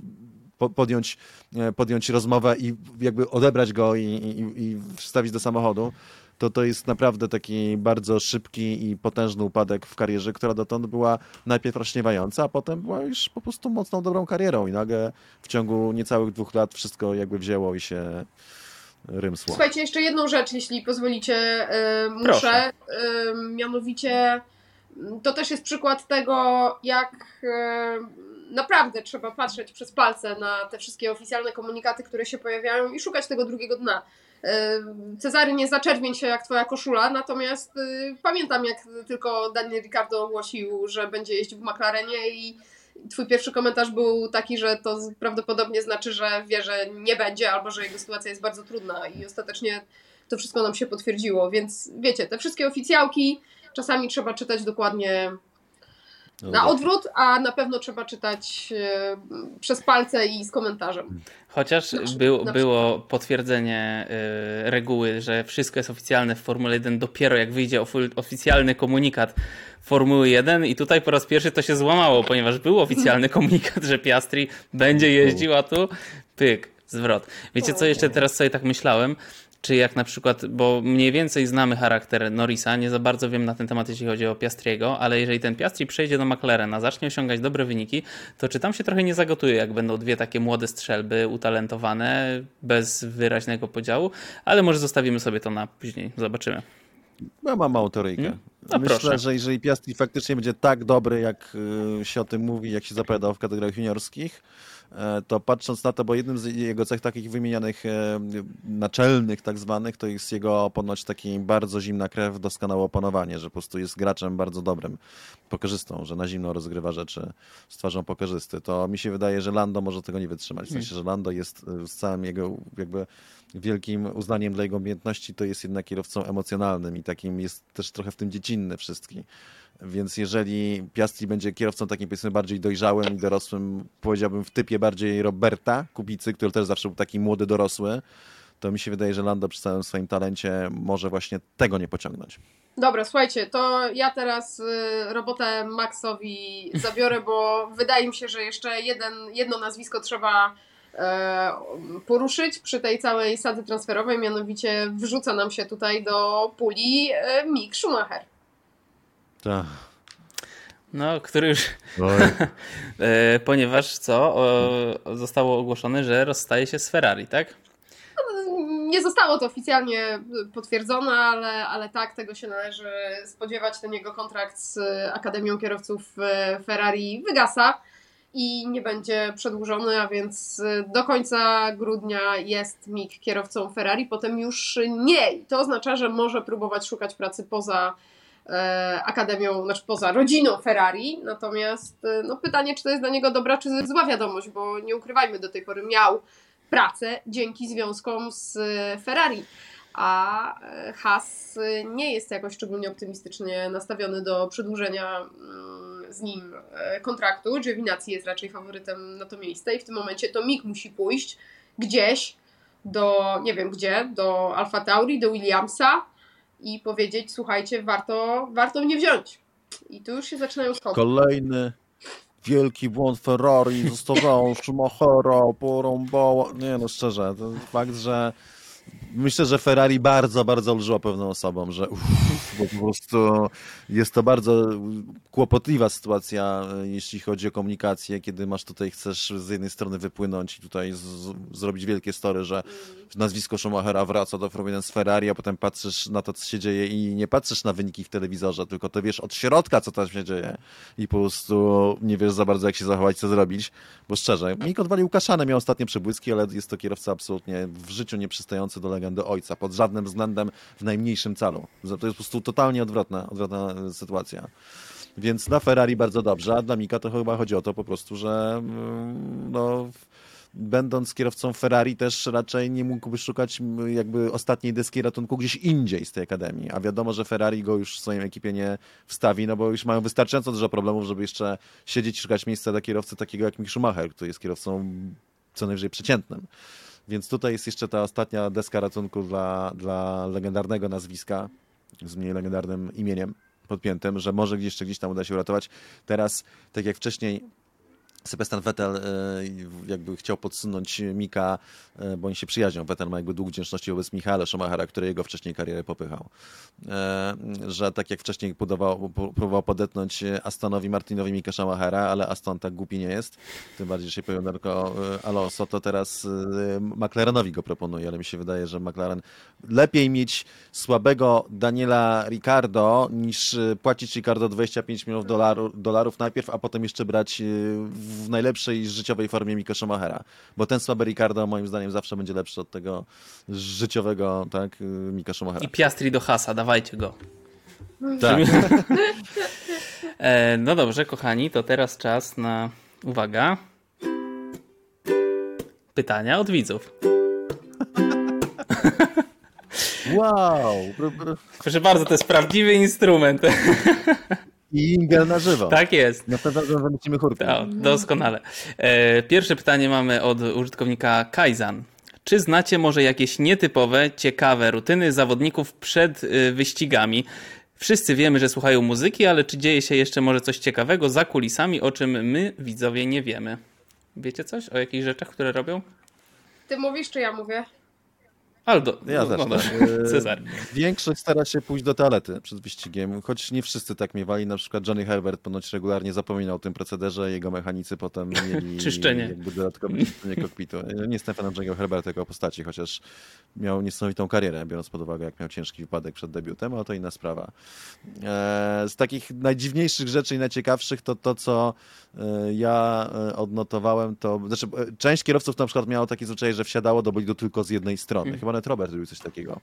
podjąć rozmowę i jakby odebrać go i wstawić do samochodu, to jest naprawdę taki bardzo szybki i potężny upadek w karierze, która dotąd była najpierw rozśmiewająca, a potem była już po prostu mocną, dobrą karierą i nagle w ciągu niecałych 2 lat wszystko jakby wzięło i się rymsło. Słuchajcie, jeszcze jedną rzecz, jeśli pozwolicie, muszę. Mianowicie to też jest przykład tego, jak naprawdę trzeba patrzeć przez palce na te wszystkie oficjalne komunikaty, które się pojawiają i szukać tego drugiego dna. Cezary, nie zaczerwień się jak twoja koszula, natomiast pamiętam, jak tylko Daniel Ricciardo ogłosił, że będzie jeździł w McLarenie i twój pierwszy komentarz był taki, że to prawdopodobnie znaczy, że wie, że nie będzie albo że jego sytuacja jest bardzo trudna i ostatecznie to wszystko nam się potwierdziło, więc wiecie, te wszystkie oficjałki czasami trzeba czytać dokładnie na odwrót, a na pewno trzeba czytać przez palce i z komentarzem. Chociaż było potwierdzenie reguły, że wszystko jest oficjalne w Formule 1 dopiero jak wyjdzie oficjalny komunikat Formuły 1 i tutaj po raz pierwszy to się złamało, ponieważ był oficjalny komunikat, że Piastri będzie jeździł, a tu pyk, zwrot. Wiecie co, jeszcze teraz sobie tak myślałem, czy jak na przykład, bo mniej więcej znamy charakter Norrisa, nie za bardzo wiem na ten temat, jeśli chodzi o Piastriego, ale jeżeli ten Piastri przejdzie do McLarena, zacznie osiągać dobre wyniki, to czy tam się trochę nie zagotuje, jak będą dwie takie młode strzelby, utalentowane, bez wyraźnego podziału, ale może zostawimy sobie to na później, zobaczymy. No, mam małą teoryjkę. No Myślę, proszę. że jeżeli Piastri faktycznie będzie tak dobry, jak się o tym mówi, jak się zapowiadał w kategoriach juniorskich, to patrząc na to, bo jednym z jego cech takich wymienianych naczelnych tak zwanych, to jest jego ponoć taki bardzo zimna krew, doskonałe opanowanie, że po prostu jest graczem bardzo dobrym, pokerzystą, że na zimno rozgrywa rzeczy z twarzą pokerzysty. To mi się wydaje, że Lando może tego nie wytrzymać. W sensie, że Lando jest z całym jego jakby wielkim uznaniem dla jego umiejętności, to jest jednak kierowcą emocjonalnym i takim jest też trochę w tym dziecinny wszystkim. Więc jeżeli Piastri będzie kierowcą takim powiedzmy bardziej dojrzałym i dorosłym, powiedziałbym w typie bardziej Roberta Kubicy, który też zawsze był taki młody, dorosły, to mi się wydaje, że Lando przy całym swoim talencie może właśnie tego nie pociągnąć. Dobra, słuchajcie, to ja teraz robotę Maxowi zabiorę, bo wydaje mi się, że jeszcze jedno nazwisko trzeba poruszyć przy tej całej sadze transferowej, mianowicie wrzuca nam się tutaj do puli Mick Schumacher. Tak. No, który już... Ponieważ zostało ogłoszone, że rozstaje się z Ferrari, tak? Nie zostało to oficjalnie potwierdzone, ale tak, tego się należy spodziewać. Ten jego kontrakt z Akademią Kierowców Ferrari wygasa i nie będzie przedłużony, a więc do końca grudnia jest Mick kierowcą Ferrari, potem już nie. I to oznacza, że może próbować szukać pracy poza akademią, znaczy poza rodziną Ferrari, natomiast no, pytanie, czy to jest dla niego dobra, czy zła wiadomość, bo nie ukrywajmy, do tej pory miał pracę dzięki związkom z Ferrari, a Haas nie jest jakoś szczególnie optymistycznie nastawiony do przedłużenia z nim kontraktu. Giovinazzi jest raczej faworytem na to miejsce i w tym momencie to Mick musi pójść gdzieś do, nie wiem gdzie, do Alfa Tauri, do Williamsa i powiedzieć, słuchajcie, warto mnie wziąć. I tu już się zaczynają schody. Kolejny wielki błąd Ferrari, zostawiało Schumachera, porąbała. Nie no, szczerze, to fakt, że myślę, że Ferrari bardzo, bardzo ulżyła pewną osobom, że bo po prostu jest to bardzo kłopotliwa sytuacja, jeśli chodzi o komunikację, kiedy masz tutaj, chcesz z jednej strony wypłynąć i tutaj zrobić wielkie story, że nazwisko Schumachera wraca do Formuły 1 z Ferrari, a potem patrzysz na to, co się dzieje i nie patrzysz na wyniki w telewizorze, tylko to wiesz od środka, co tam się dzieje i po prostu nie wiesz za bardzo, jak się zachować, co zrobić, bo szczerze, Mick odwalił kaszanę, miał ostatnie przebłyski, ale jest to kierowca absolutnie w życiu nieprzystający do legendy ojca, pod żadnym względem w najmniejszym calu. To jest po prostu totalnie odwrotna sytuacja. Więc dla Ferrari bardzo dobrze, a dla Micka to chyba chodzi o to po prostu, że no, będąc kierowcą Ferrari też raczej nie mógłby szukać jakby ostatniej deski ratunku gdzieś indziej z tej akademii, a wiadomo, że Ferrari go już w swojej ekipie nie wstawi, no bo już mają wystarczająco dużo problemów, żeby jeszcze siedzieć i szukać miejsca dla kierowcy takiego jak Mick Schumacher, który jest kierowcą co najwyżej przeciętnym. Więc tutaj jest jeszcze ta ostatnia deska ratunku dla legendarnego nazwiska z mniej legendarnym imieniem podpiętym, że może gdzieś tam uda się uratować. Teraz, tak jak wcześniej Sebastian Vettel jakby chciał podsunąć Micka, bo oni się przyjaźnią. Vettel ma jakby dług wdzięczności wobec Michaela Schumachera, który jego wcześniej karierę popychał. Że tak jak wcześniej próbował podetnąć Astonowi Martinowi Micka Schumachera, ale Aston tak głupi nie jest, tym bardziej, że się pojawił tylko Alonso, to teraz McLarenowi go proponuje, ale mi się wydaje, że McLaren lepiej mieć słabego Daniela Ricciardo niż płacić Ricciardo 25 milionów dolarów najpierw, a potem jeszcze brać w najlepszej życiowej formie Micka Schumachera, bo ten słaby Ricciardo moim zdaniem zawsze będzie lepszy od tego życiowego, tak, Micka Schumachera. I Piastri do Haasa, dawajcie go. Tak. No dobrze, kochani, to teraz czas na, uwaga, pytania od widzów. Wow! Proszę bardzo, to jest prawdziwy instrument. I Ingel na żywo. Tak jest. Na pewno wymyślimy chórkę. No, doskonale. Pierwsze pytanie mamy od użytkownika Kaizen. Czy znacie może jakieś nietypowe, ciekawe rutyny zawodników przed wyścigami? Wszyscy wiemy, że słuchają muzyki, ale czy dzieje się jeszcze może coś ciekawego za kulisami, o czym my, widzowie, nie wiemy? Wiecie coś o jakichś rzeczach, które robią? Ty mówisz, czy ja mówię? Aldo, Ja też. no, Cezar. Większość stara się pójść do toalety przed wyścigiem, choć nie wszyscy tak miewali. Na przykład Johnny Herbert ponoć regularnie zapominał o tym procederze, jego mechanicy potem mieli Czyszczenie. jakby dodatkowe czyszczenie kokpitu. Nie jestem fanem Johnny'ego Herberta jako postaci, chociaż miał niesamowitą karierę, biorąc pod uwagę, jak miał ciężki wypadek przed debiutem, ale to inna sprawa. Z takich najdziwniejszych rzeczy i najciekawszych to co ja odnotowałem, to znaczy część kierowców na przykład miało taki zwyczaj, że wsiadało do bolidu tylko z jednej strony. Chyba nawet Robert robił coś takiego.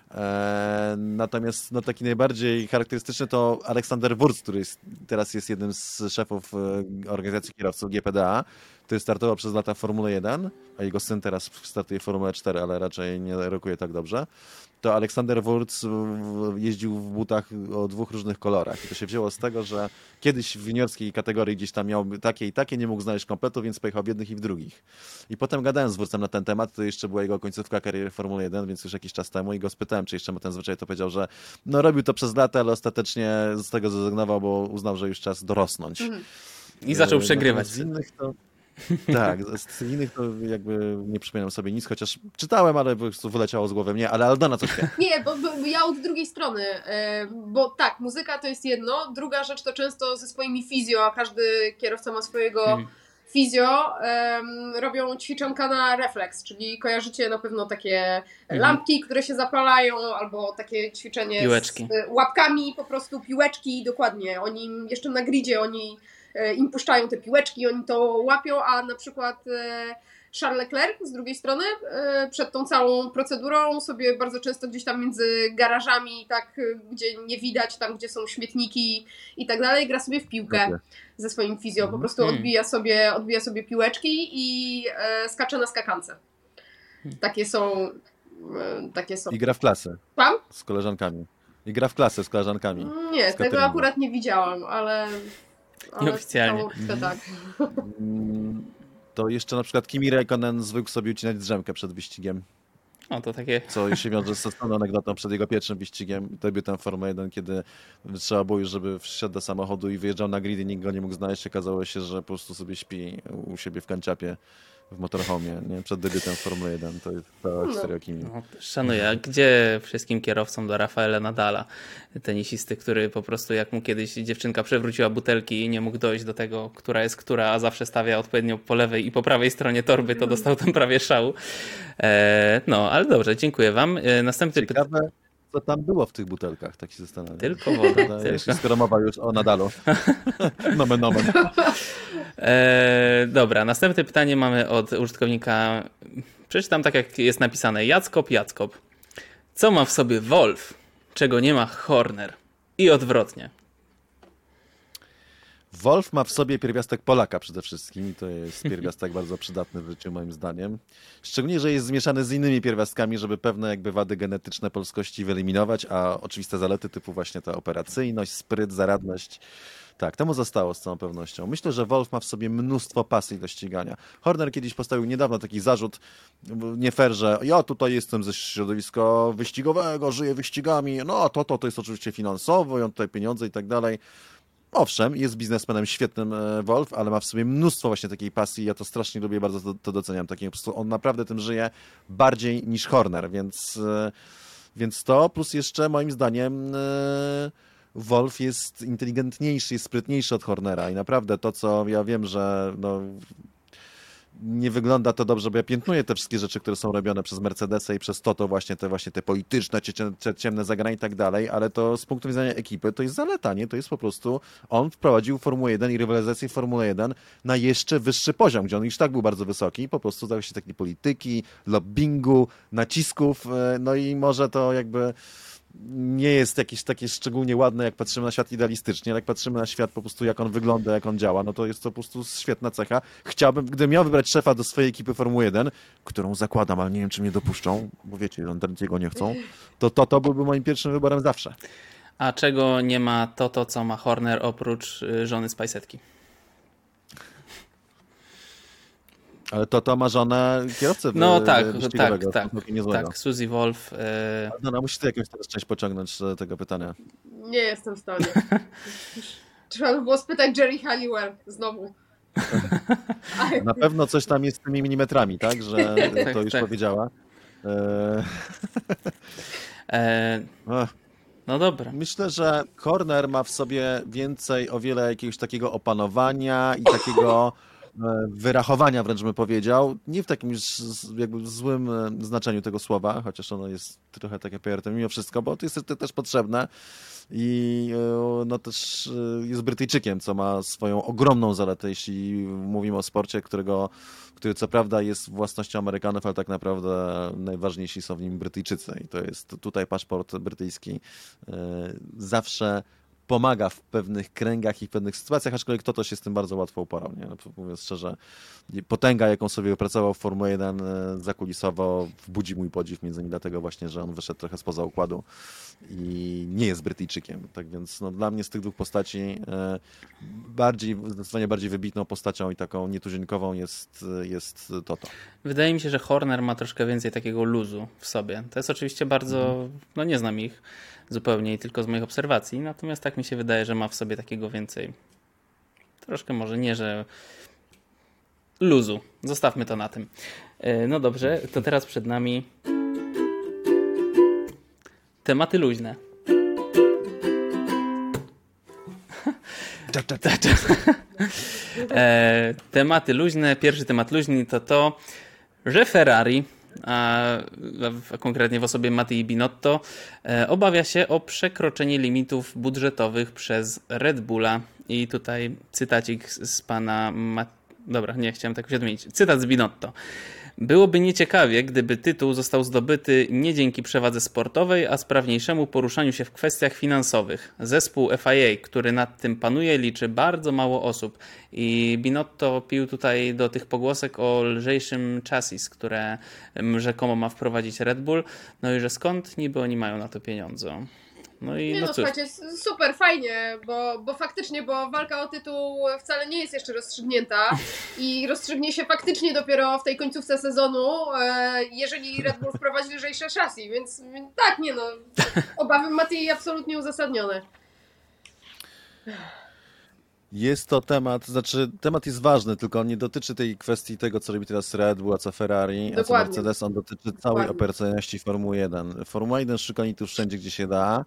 Natomiast no, taki najbardziej charakterystyczny to Aleksander Wurz, który teraz jest jednym z szefów organizacji kierowców GPDA, który startował przez lata w Formule 1, a jego syn teraz startuje w Formule 4, ale raczej nie rokuje tak dobrze. To Aleksander Wurz jeździł w butach o dwóch różnych kolorach. I to się wzięło z tego, że kiedyś w juniorskiej kategorii gdzieś tam miał takie i takie, nie mógł znaleźć kompletu, więc pojechał w jednych i w drugich. I potem gadałem z Wurzem na ten temat, to jeszcze była jego końcówka kariery w Formule 1, więc już jakiś czas temu i go spytałem, czy jeszcze ma ten zwyczaj, to powiedział, że no robił to przez lata, ale ostatecznie z tego zrezygnował, bo uznał, że już czas dorosnąć. I zaczął przegrywać. Z innych to... Tak, z innych to jakby nie przypominam sobie nic, chociaż czytałem, ale po prostu wyleciało z głowy mnie, ale Aldona coś wie. Nie, bo ja od drugiej strony, bo tak, muzyka to jest jedno, druga rzecz to często ze swoimi fizjo, a każdy kierowca ma swojego fizjo, robią ćwiczonka na refleks, czyli kojarzycie na pewno takie lampki, które się zapalają, albo takie ćwiczenie piłeczki. Z łapkami, po prostu piłeczki, dokładnie, oni jeszcze na gridzie, oni im puszczają te piłeczki, oni to łapią, a na przykład Charles Leclerc z drugiej strony przed tą całą procedurą sobie bardzo często gdzieś tam między garażami, tak, gdzie nie widać, tam gdzie są śmietniki i tak dalej, gra sobie w piłkę ze swoim fizjo, po prostu odbija sobie piłeczki i skacze na skakance. Takie są. I gra w klasę. Tam? Z koleżankami. I gra w klasę z koleżankami. Nie, tego akurat nie widziałam, ale nieoficjalnie. Tak. To jeszcze na przykład Kimi Räikkönen zwykł sobie ucinać drzemkę przed wyścigiem. O, to takie... Co się wiąże z ostatnią anegdotą przed jego pierwszym wyścigiem, debiutem w Formule 1, kiedy trzeba było już, żeby wsiadł do samochodu i wyjeżdżał na grid i nikt go nie mógł znaleźć. Okazało się, że po prostu sobie śpi u siebie w kanciapie w motorhomie, nie? Przed debiutem w Formule 1. To jest cała historia o Kimi. No, szanuję. A gdzie wszystkim kierowcom do Rafaela Nadala, tenisisty, który po prostu jak mu kiedyś dziewczynka przewróciła butelki i nie mógł dojść do tego, która jest która, a zawsze stawia odpowiednio po lewej i po prawej stronie torby, to dostał tam prawie szału. No, ale dobrze, dziękuję wam. Następny Ciekawe, co tam było w tych butelkach, tak się zastanawiam. Tylko woda. Skoro mowa już o Nadalu. Nomen, nomen. Dobra, następne pytanie mamy od użytkownika. Przeczytam tak, jak jest napisane. Jackop. Co ma w sobie Wolf, czego nie ma Horner? I odwrotnie. Wolf ma w sobie pierwiastek Polaka przede wszystkim i to jest pierwiastek bardzo przydatny w życiu moim zdaniem. Szczególnie, że jest zmieszany z innymi pierwiastkami, żeby pewne jakby wady genetyczne polskości wyeliminować, a oczywiste zalety typu właśnie ta operacyjność, spryt, zaradność. Tak, temu zostało z całą pewnością. Myślę, że Wolf ma w sobie mnóstwo pasji do ścigania. Horner kiedyś postawił niedawno taki zarzut, nie fair, że ja tutaj jestem ze środowiska wyścigowego, żyję wyścigami, no to jest oczywiście finansowo, i on tutaj pieniądze i tak dalej. Owszem, jest biznesmenem świetnym Wolf, ale ma w sobie mnóstwo właśnie takiej pasji. Ja to strasznie lubię, bardzo to doceniam. Po prostu on naprawdę tym żyje bardziej niż Horner, więc to plus jeszcze moim zdaniem Wolf jest inteligentniejszy, jest sprytniejszy od Hornera i naprawdę to, co ja wiem, że no, nie wygląda to dobrze, bo ja piętnuję te wszystkie rzeczy, które są robione przez Mercedesa i przez Toto, właśnie te polityczne, ciemne zagrania i tak dalej, ale to z punktu widzenia ekipy to jest zaleta, nie? To jest po prostu, on wprowadził Formułę 1 i rywalizację w Formule 1 na jeszcze wyższy poziom, gdzie on już tak był bardzo wysoki, po prostu zdawał się takiej polityki, lobbingu, nacisków, no i może to jakby nie jest jakieś takie szczególnie ładne, jak patrzymy na świat idealistycznie, ale jak patrzymy na świat po prostu jak on wygląda, jak on działa, no to jest to po prostu świetna cecha. Chciałbym, gdybym miał wybrać szefa do swojej ekipy Formuły 1, którą zakładam, ale nie wiem, czy mnie dopuszczą, bo wiecie, Londyńczycy go nie chcą, to byłby moim pierwszym wyborem zawsze. A czego nie ma to, co ma Horner oprócz żony z Pajsetki? Ale to ma żonę kierowcy no tak, Suzy Wolf. No, musisz ty jakąś teraz część pociągnąć do tego pytania. Nie jestem w stanie. Trzeba by było spytać Jerry Halliwell znowu. Na pewno coś tam jest z tymi milimetrami, tak? Że to już powiedziała. E, E, ach, no dobra. Myślę, że Horner ma w sobie o wiele jakiegoś takiego opanowania i takiego wyrachowania, wręcz bym powiedział. Nie w takim jakby złym znaczeniu tego słowa, chociaż ono jest trochę takie pejoratywne mimo wszystko, bo to jest też potrzebne. I no też jest Brytyjczykiem, co ma swoją ogromną zaletę, jeśli mówimy o sporcie, który co prawda jest własnością Amerykanów, ale tak naprawdę najważniejsi są w nim Brytyjczycy. I to jest tutaj paszport brytyjski zawsze pomaga w pewnych kręgach i w pewnych sytuacjach, aczkolwiek to się z tym bardzo łatwo uporał. Nie? No, mówiąc szczerze, potęga, jaką sobie wypracował w Formule 1 zakulisowo, budzi mój podziw, między innymi dlatego właśnie, że on wyszedł trochę spoza układu i nie jest Brytyjczykiem. Tak więc no, dla mnie z tych dwóch postaci zdecydowanie bardziej wybitną postacią i taką nietuzinkową jest Toto. Wydaje mi się, że Horner ma troszkę więcej takiego luzu w sobie. To jest oczywiście bardzo, no nie znam ich zupełnie i tylko z moich obserwacji, natomiast tak mi się wydaje, że ma w sobie takiego więcej. Troszkę może nie, że luzu. Zostawmy to na tym. No dobrze, to teraz przed nami tematy luźne. Tematy luźne. Pierwszy temat luźny to, że Ferrari, a konkretnie w osobie Mattii Binotto, obawia się o przekroczenie limitów budżetowych przez Red Bulla. I tutaj cytacik z pana... Dobra, nie chciałem tak uświadomić. Cytat z Binotto. Byłoby nieciekawie, gdyby tytuł został zdobyty nie dzięki przewadze sportowej, a sprawniejszemu poruszaniu się w kwestiach finansowych. Zespół FIA, który nad tym panuje, liczy bardzo mało osób i Binotto pił tutaj do tych pogłosek o lżejszym chassis, które rzekomo ma wprowadzić Red Bull, no i że skąd niby oni mają na to pieniądze. No i Nie no no, cóż. słuchajcie, super, fajnie, bo faktycznie, bo walka o tytuł wcale nie jest jeszcze rozstrzygnięta i rozstrzygnie się faktycznie dopiero w tej końcówce sezonu, jeżeli Red Bull wprowadzi lżejsze chassis, więc tak, nie no, obawy Mattii absolutnie uzasadnione. Jest to temat jest ważny, tylko on nie dotyczy tej kwestii tego, co robi teraz Red Bull, a co Ferrari, a co Dokładnie. Mercedes, on dotyczy całej operacyjności Formuły 1. Formuła 1 szuka tu wszędzie, gdzie się da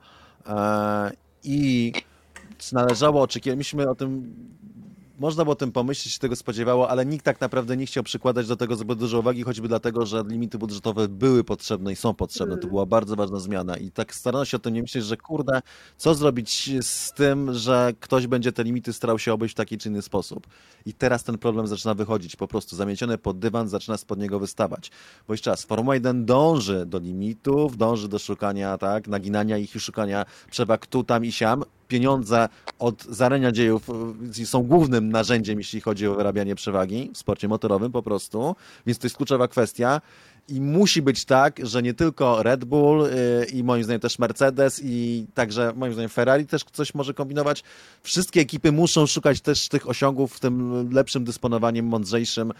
i należało oczekiwać, myśmy o tym, można było o tym pomyśleć, się tego spodziewało, ale nikt tak naprawdę nie chciał przykładać do tego zbyt dużo uwagi, choćby dlatego, że limity budżetowe były potrzebne i są potrzebne. To była bardzo ważna zmiana i tak starano się o tym nie myśleć, że kurde, co zrobić z tym, że ktoś będzie te limity starał się obejść w taki czy inny sposób. I teraz ten problem zaczyna wychodzić, po prostu zamieciony pod dywan zaczyna spod niego wystawać. Bo jeszcze raz, Formuła 1 dąży do limitów, dąży do szukania, tak, naginania ich i szukania przewag tu, tam i siam. Pieniądze od zarania dziejów są głównym narzędziem, jeśli chodzi o wyrabianie przewagi w sporcie motorowym po prostu, więc to jest kluczowa kwestia. I musi być tak, że nie tylko Red Bull i moim zdaniem też Mercedes i także moim zdaniem Ferrari też coś może kombinować. Wszystkie ekipy muszą szukać też tych osiągów w tym lepszym dysponowaniem, mądrzejszym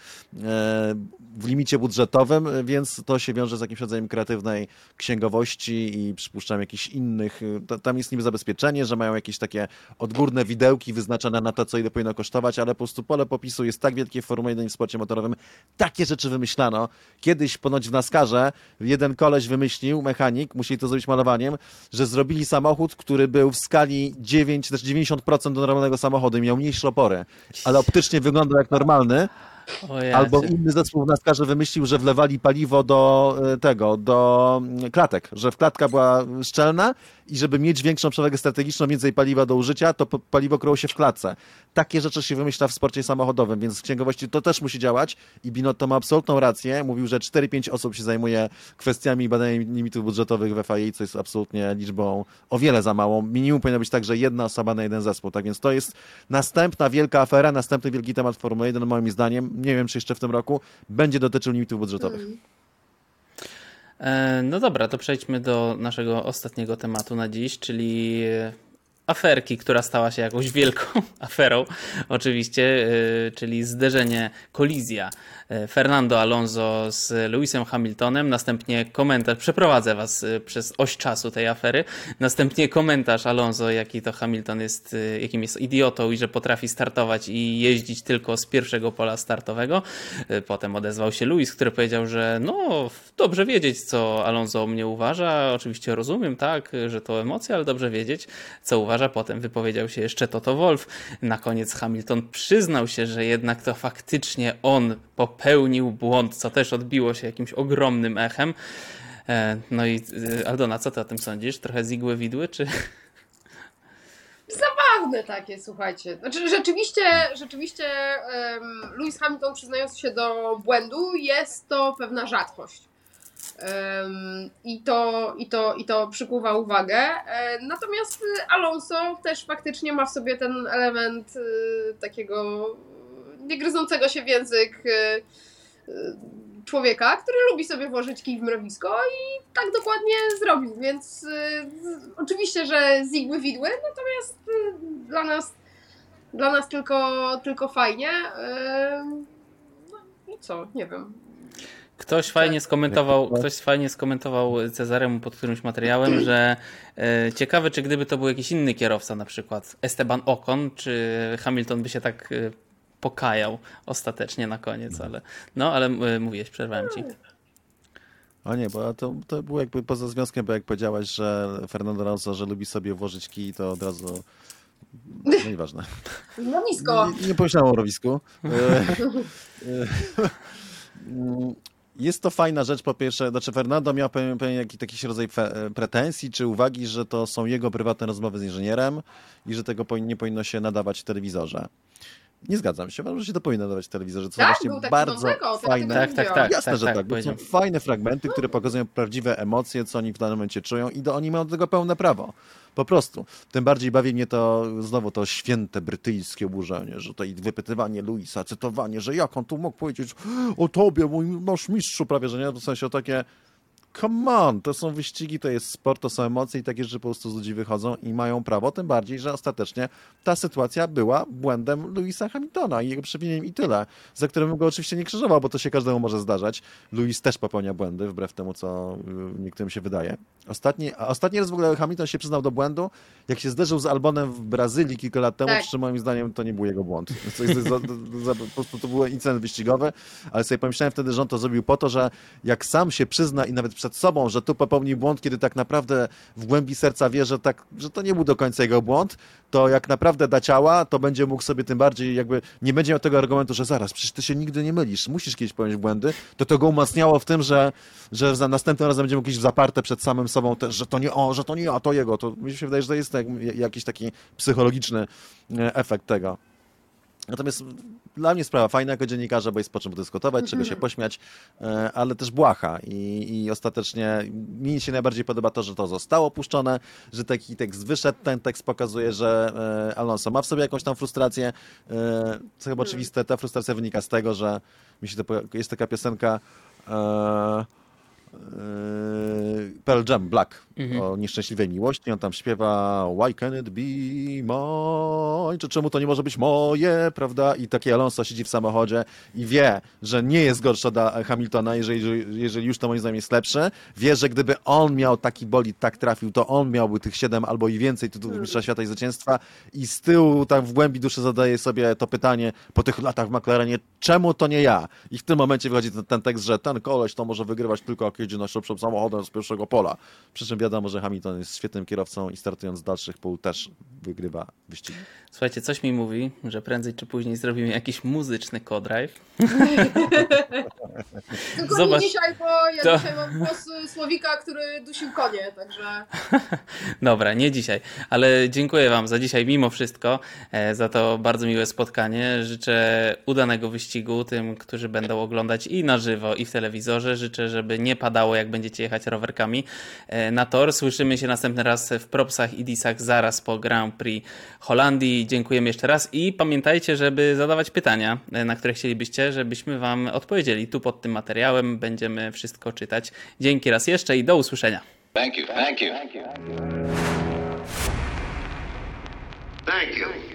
w limicie budżetowym, więc to się wiąże z jakimś rodzajem kreatywnej księgowości i przypuszczam jakichś innych, tam jest niby zabezpieczenie, że mają jakieś takie odgórne widełki wyznaczone na to, co ile powinno kosztować, ale po prostu pole popisu jest tak wielkie w Formule 1 i w sporcie motorowym. Takie rzeczy wymyślano. Kiedyś ponoć w NASCARze jeden koleś wymyślił, mechanik, musieli to zrobić malowaniem, że zrobili samochód, który był w skali 90% do normalnego samochodu i miał mniejsze opory, ale optycznie wyglądał jak normalny. Albo inny zespół w NASCARze wymyślił, że wlewali paliwo do klatek, że klatka była szczelna i żeby mieć większą przewagę strategiczną, więcej paliwa do użycia, to paliwo kryło się w klatce. Takie rzeczy się wymyśla w sporcie samochodowym, więc w księgowości to też musi działać i Binotto ma absolutną rację. Mówił, że 4-5 osób się zajmuje kwestiami badania limitów budżetowych w FIA, co jest absolutnie liczbą o wiele za małą. Minimum powinno być tak, że jedna osoba na jeden zespół. Tak więc to jest następna wielka afera, następny wielki temat Formuły 1, moim zdaniem. Nie wiem, czy jeszcze w tym roku będzie dotyczył limitów budżetowych. No dobra, to przejdźmy do naszego ostatniego tematu na dziś, czyli aferki, która stała się jakąś wielką aferą oczywiście, czyli zderzenie, kolizja Fernando Alonso z Lewisem Hamiltonem, następnie komentarz, przeprowadzę was przez oś czasu tej afery, następnie komentarz Alonso, jakim jest idiotą i że potrafi startować i jeździć tylko z pierwszego pola startowego. Potem odezwał się Lewis, który powiedział, że no dobrze wiedzieć, co Alonso o mnie uważa, oczywiście rozumiem, tak, że to emocje, ale dobrze wiedzieć, co uważa. Potem wypowiedział się jeszcze Toto Wolff. Na koniec Hamilton przyznał się, że jednak to faktycznie on popełnił błąd, co też odbiło się jakimś ogromnym echem. No i Aldona, co ty o tym sądzisz? Trochę z igły widły, czy... Zabawne takie, słuchajcie. Znaczy, rzeczywiście Lewis Hamilton, przyznając się do błędu, jest to pewna rzadkość. I to przykuwa uwagę. Natomiast Alonso też faktycznie ma w sobie ten element takiego niegryzącego się w język człowieka, który lubi sobie włożyć kij w mrowisko i tak dokładnie zrobił, więc oczywiście, że z igły widły, natomiast dla nas tylko fajnie. No i co, nie wiem. Ktoś fajnie skomentował Cezaremu pod którymś materiałem, że ciekawe, czy gdyby to był jakiś inny kierowca, na przykład Esteban Ocon, czy Hamilton by się tak pokajał ostatecznie na koniec, ale mówiłeś, przerwałem ci. A nie, bo to było jakby poza związkiem, bo jak powiedziałaś, że Fernando Alonso, że lubi sobie włożyć kij, to od razu no nieważne. No nisko. Nie pomyślałem o rowisku. Jest to fajna rzecz, po pierwsze, znaczy Fernando miał pewien jakiś rodzaj pretensji czy uwagi, że to są jego prywatne rozmowy z inżynierem i że tego nie powinno się nadawać w telewizorze. Nie zgadzam się, uważam, że się to powinno nadawać w telewizorze. To tak, są był właśnie taki bardzo fajne. Tak. Jasne, że tak. Bo są fajne fragmenty, które pokazują prawdziwe emocje, co oni w danym momencie czują i oni mają do tego pełne prawo. Po prostu. Tym bardziej bawi mnie to znowu to święte brytyjskie oburzenie, że to i wypytywanie Lewisa, cytowanie, że jak on tu mógł powiedzieć o tobie, mój nasz mistrzu prawie, że nie? W sensie takie come on, to są wyścigi, to jest sport, to są emocje i takie rzeczy po prostu z ludzi wychodzą i mają prawo, tym bardziej, że ostatecznie ta sytuacja była błędem Lewisa Hamiltona i jego przewinieniem i tyle, za którym go oczywiście nie krzyżował, bo to się każdemu może zdarzać. Lewis też popełnia błędy, wbrew temu, co niektórym się wydaje. Ostatni raz w ogóle Hamilton się przyznał do błędu, jak się zderzył z Albonem w Brazylii kilka lat temu, przy czym moim zdaniem to nie był jego błąd. Po prostu to był incydent wyścigowy, ale sobie pomyślałem wtedy, że on to zrobił po to, że jak sam się przyzna i nawet przed sobą, że tu popełnił błąd, kiedy tak naprawdę w głębi serca wie, że to nie był do końca jego błąd, to jak naprawdę da ciała, to będzie mógł sobie tym bardziej jakby, nie będzie miał tego argumentu, że zaraz, przecież ty się nigdy nie mylisz, musisz kiedyś popełnić błędy, to go umacniało w tym, że za następnym razem będzie mógł iść w zaparte przed samym sobą też, że to nie ja, to jego. To mi się wydaje, że to jest jakiś taki psychologiczny efekt tego. Natomiast dla mnie sprawa fajna jako dziennikarza, bo jest po czym dyskutować, czego się pośmiać, ale też błaha i ostatecznie mi się najbardziej podoba to, że to zostało opuszczone, że taki tekst wyszedł, ten tekst pokazuje, że Alonso ma w sobie jakąś tam frustrację, co chyba oczywiste, ta frustracja wynika z tego, że jest taka piosenka Pearl Jam, Black, o nieszczęśliwej miłości. On tam śpiewa Why can it be mine? Czy czemu to nie może być moje, prawda? I taki Alonso siedzi w samochodzie i wie, że nie jest gorszy od Hamiltona, jeżeli już to moim zdaniem jest lepsze. Wie, że gdyby on miał taki bolid, tak trafił, to on miałby tych 7 albo i więcej tytułów mistrza świata i zwycięstwa i z tyłu tam w głębi duszy zadaje sobie to pytanie po tych latach w McLarenie, czemu to nie ja? I w tym momencie wychodzi ten tekst, że ten koleś to może wygrywać tylko jak jedzie najszybszym samochodem z pierwszego pola. Przy czym wiadomo, że Hamilton jest świetnym kierowcą i startując z dalszych pól też wygrywa wyścigi. Słuchajcie, coś mi mówi, że prędzej czy później zrobimy jakiś muzyczny co-drive. Tylko nie dzisiaj, bo ja dzisiaj mam głos Słowika, który dusił konie, także... Dobra, nie dzisiaj, ale dziękuję wam za dzisiaj mimo wszystko, za to bardzo miłe spotkanie. Życzę udanego wyścigu tym, którzy będą oglądać i na żywo, i w telewizorze. Życzę, żeby nie padało, jak będziecie jechać rowerkami na tor. Słyszymy się następny raz w propsach i disach zaraz po Grand Prix Holandii. Dziękujemy jeszcze raz i pamiętajcie, żeby zadawać pytania, na które chcielibyście, żebyśmy wam odpowiedzieli. Tu pod tym materiałem będziemy wszystko czytać. Dzięki raz jeszcze i do usłyszenia. Thank you. Thank you.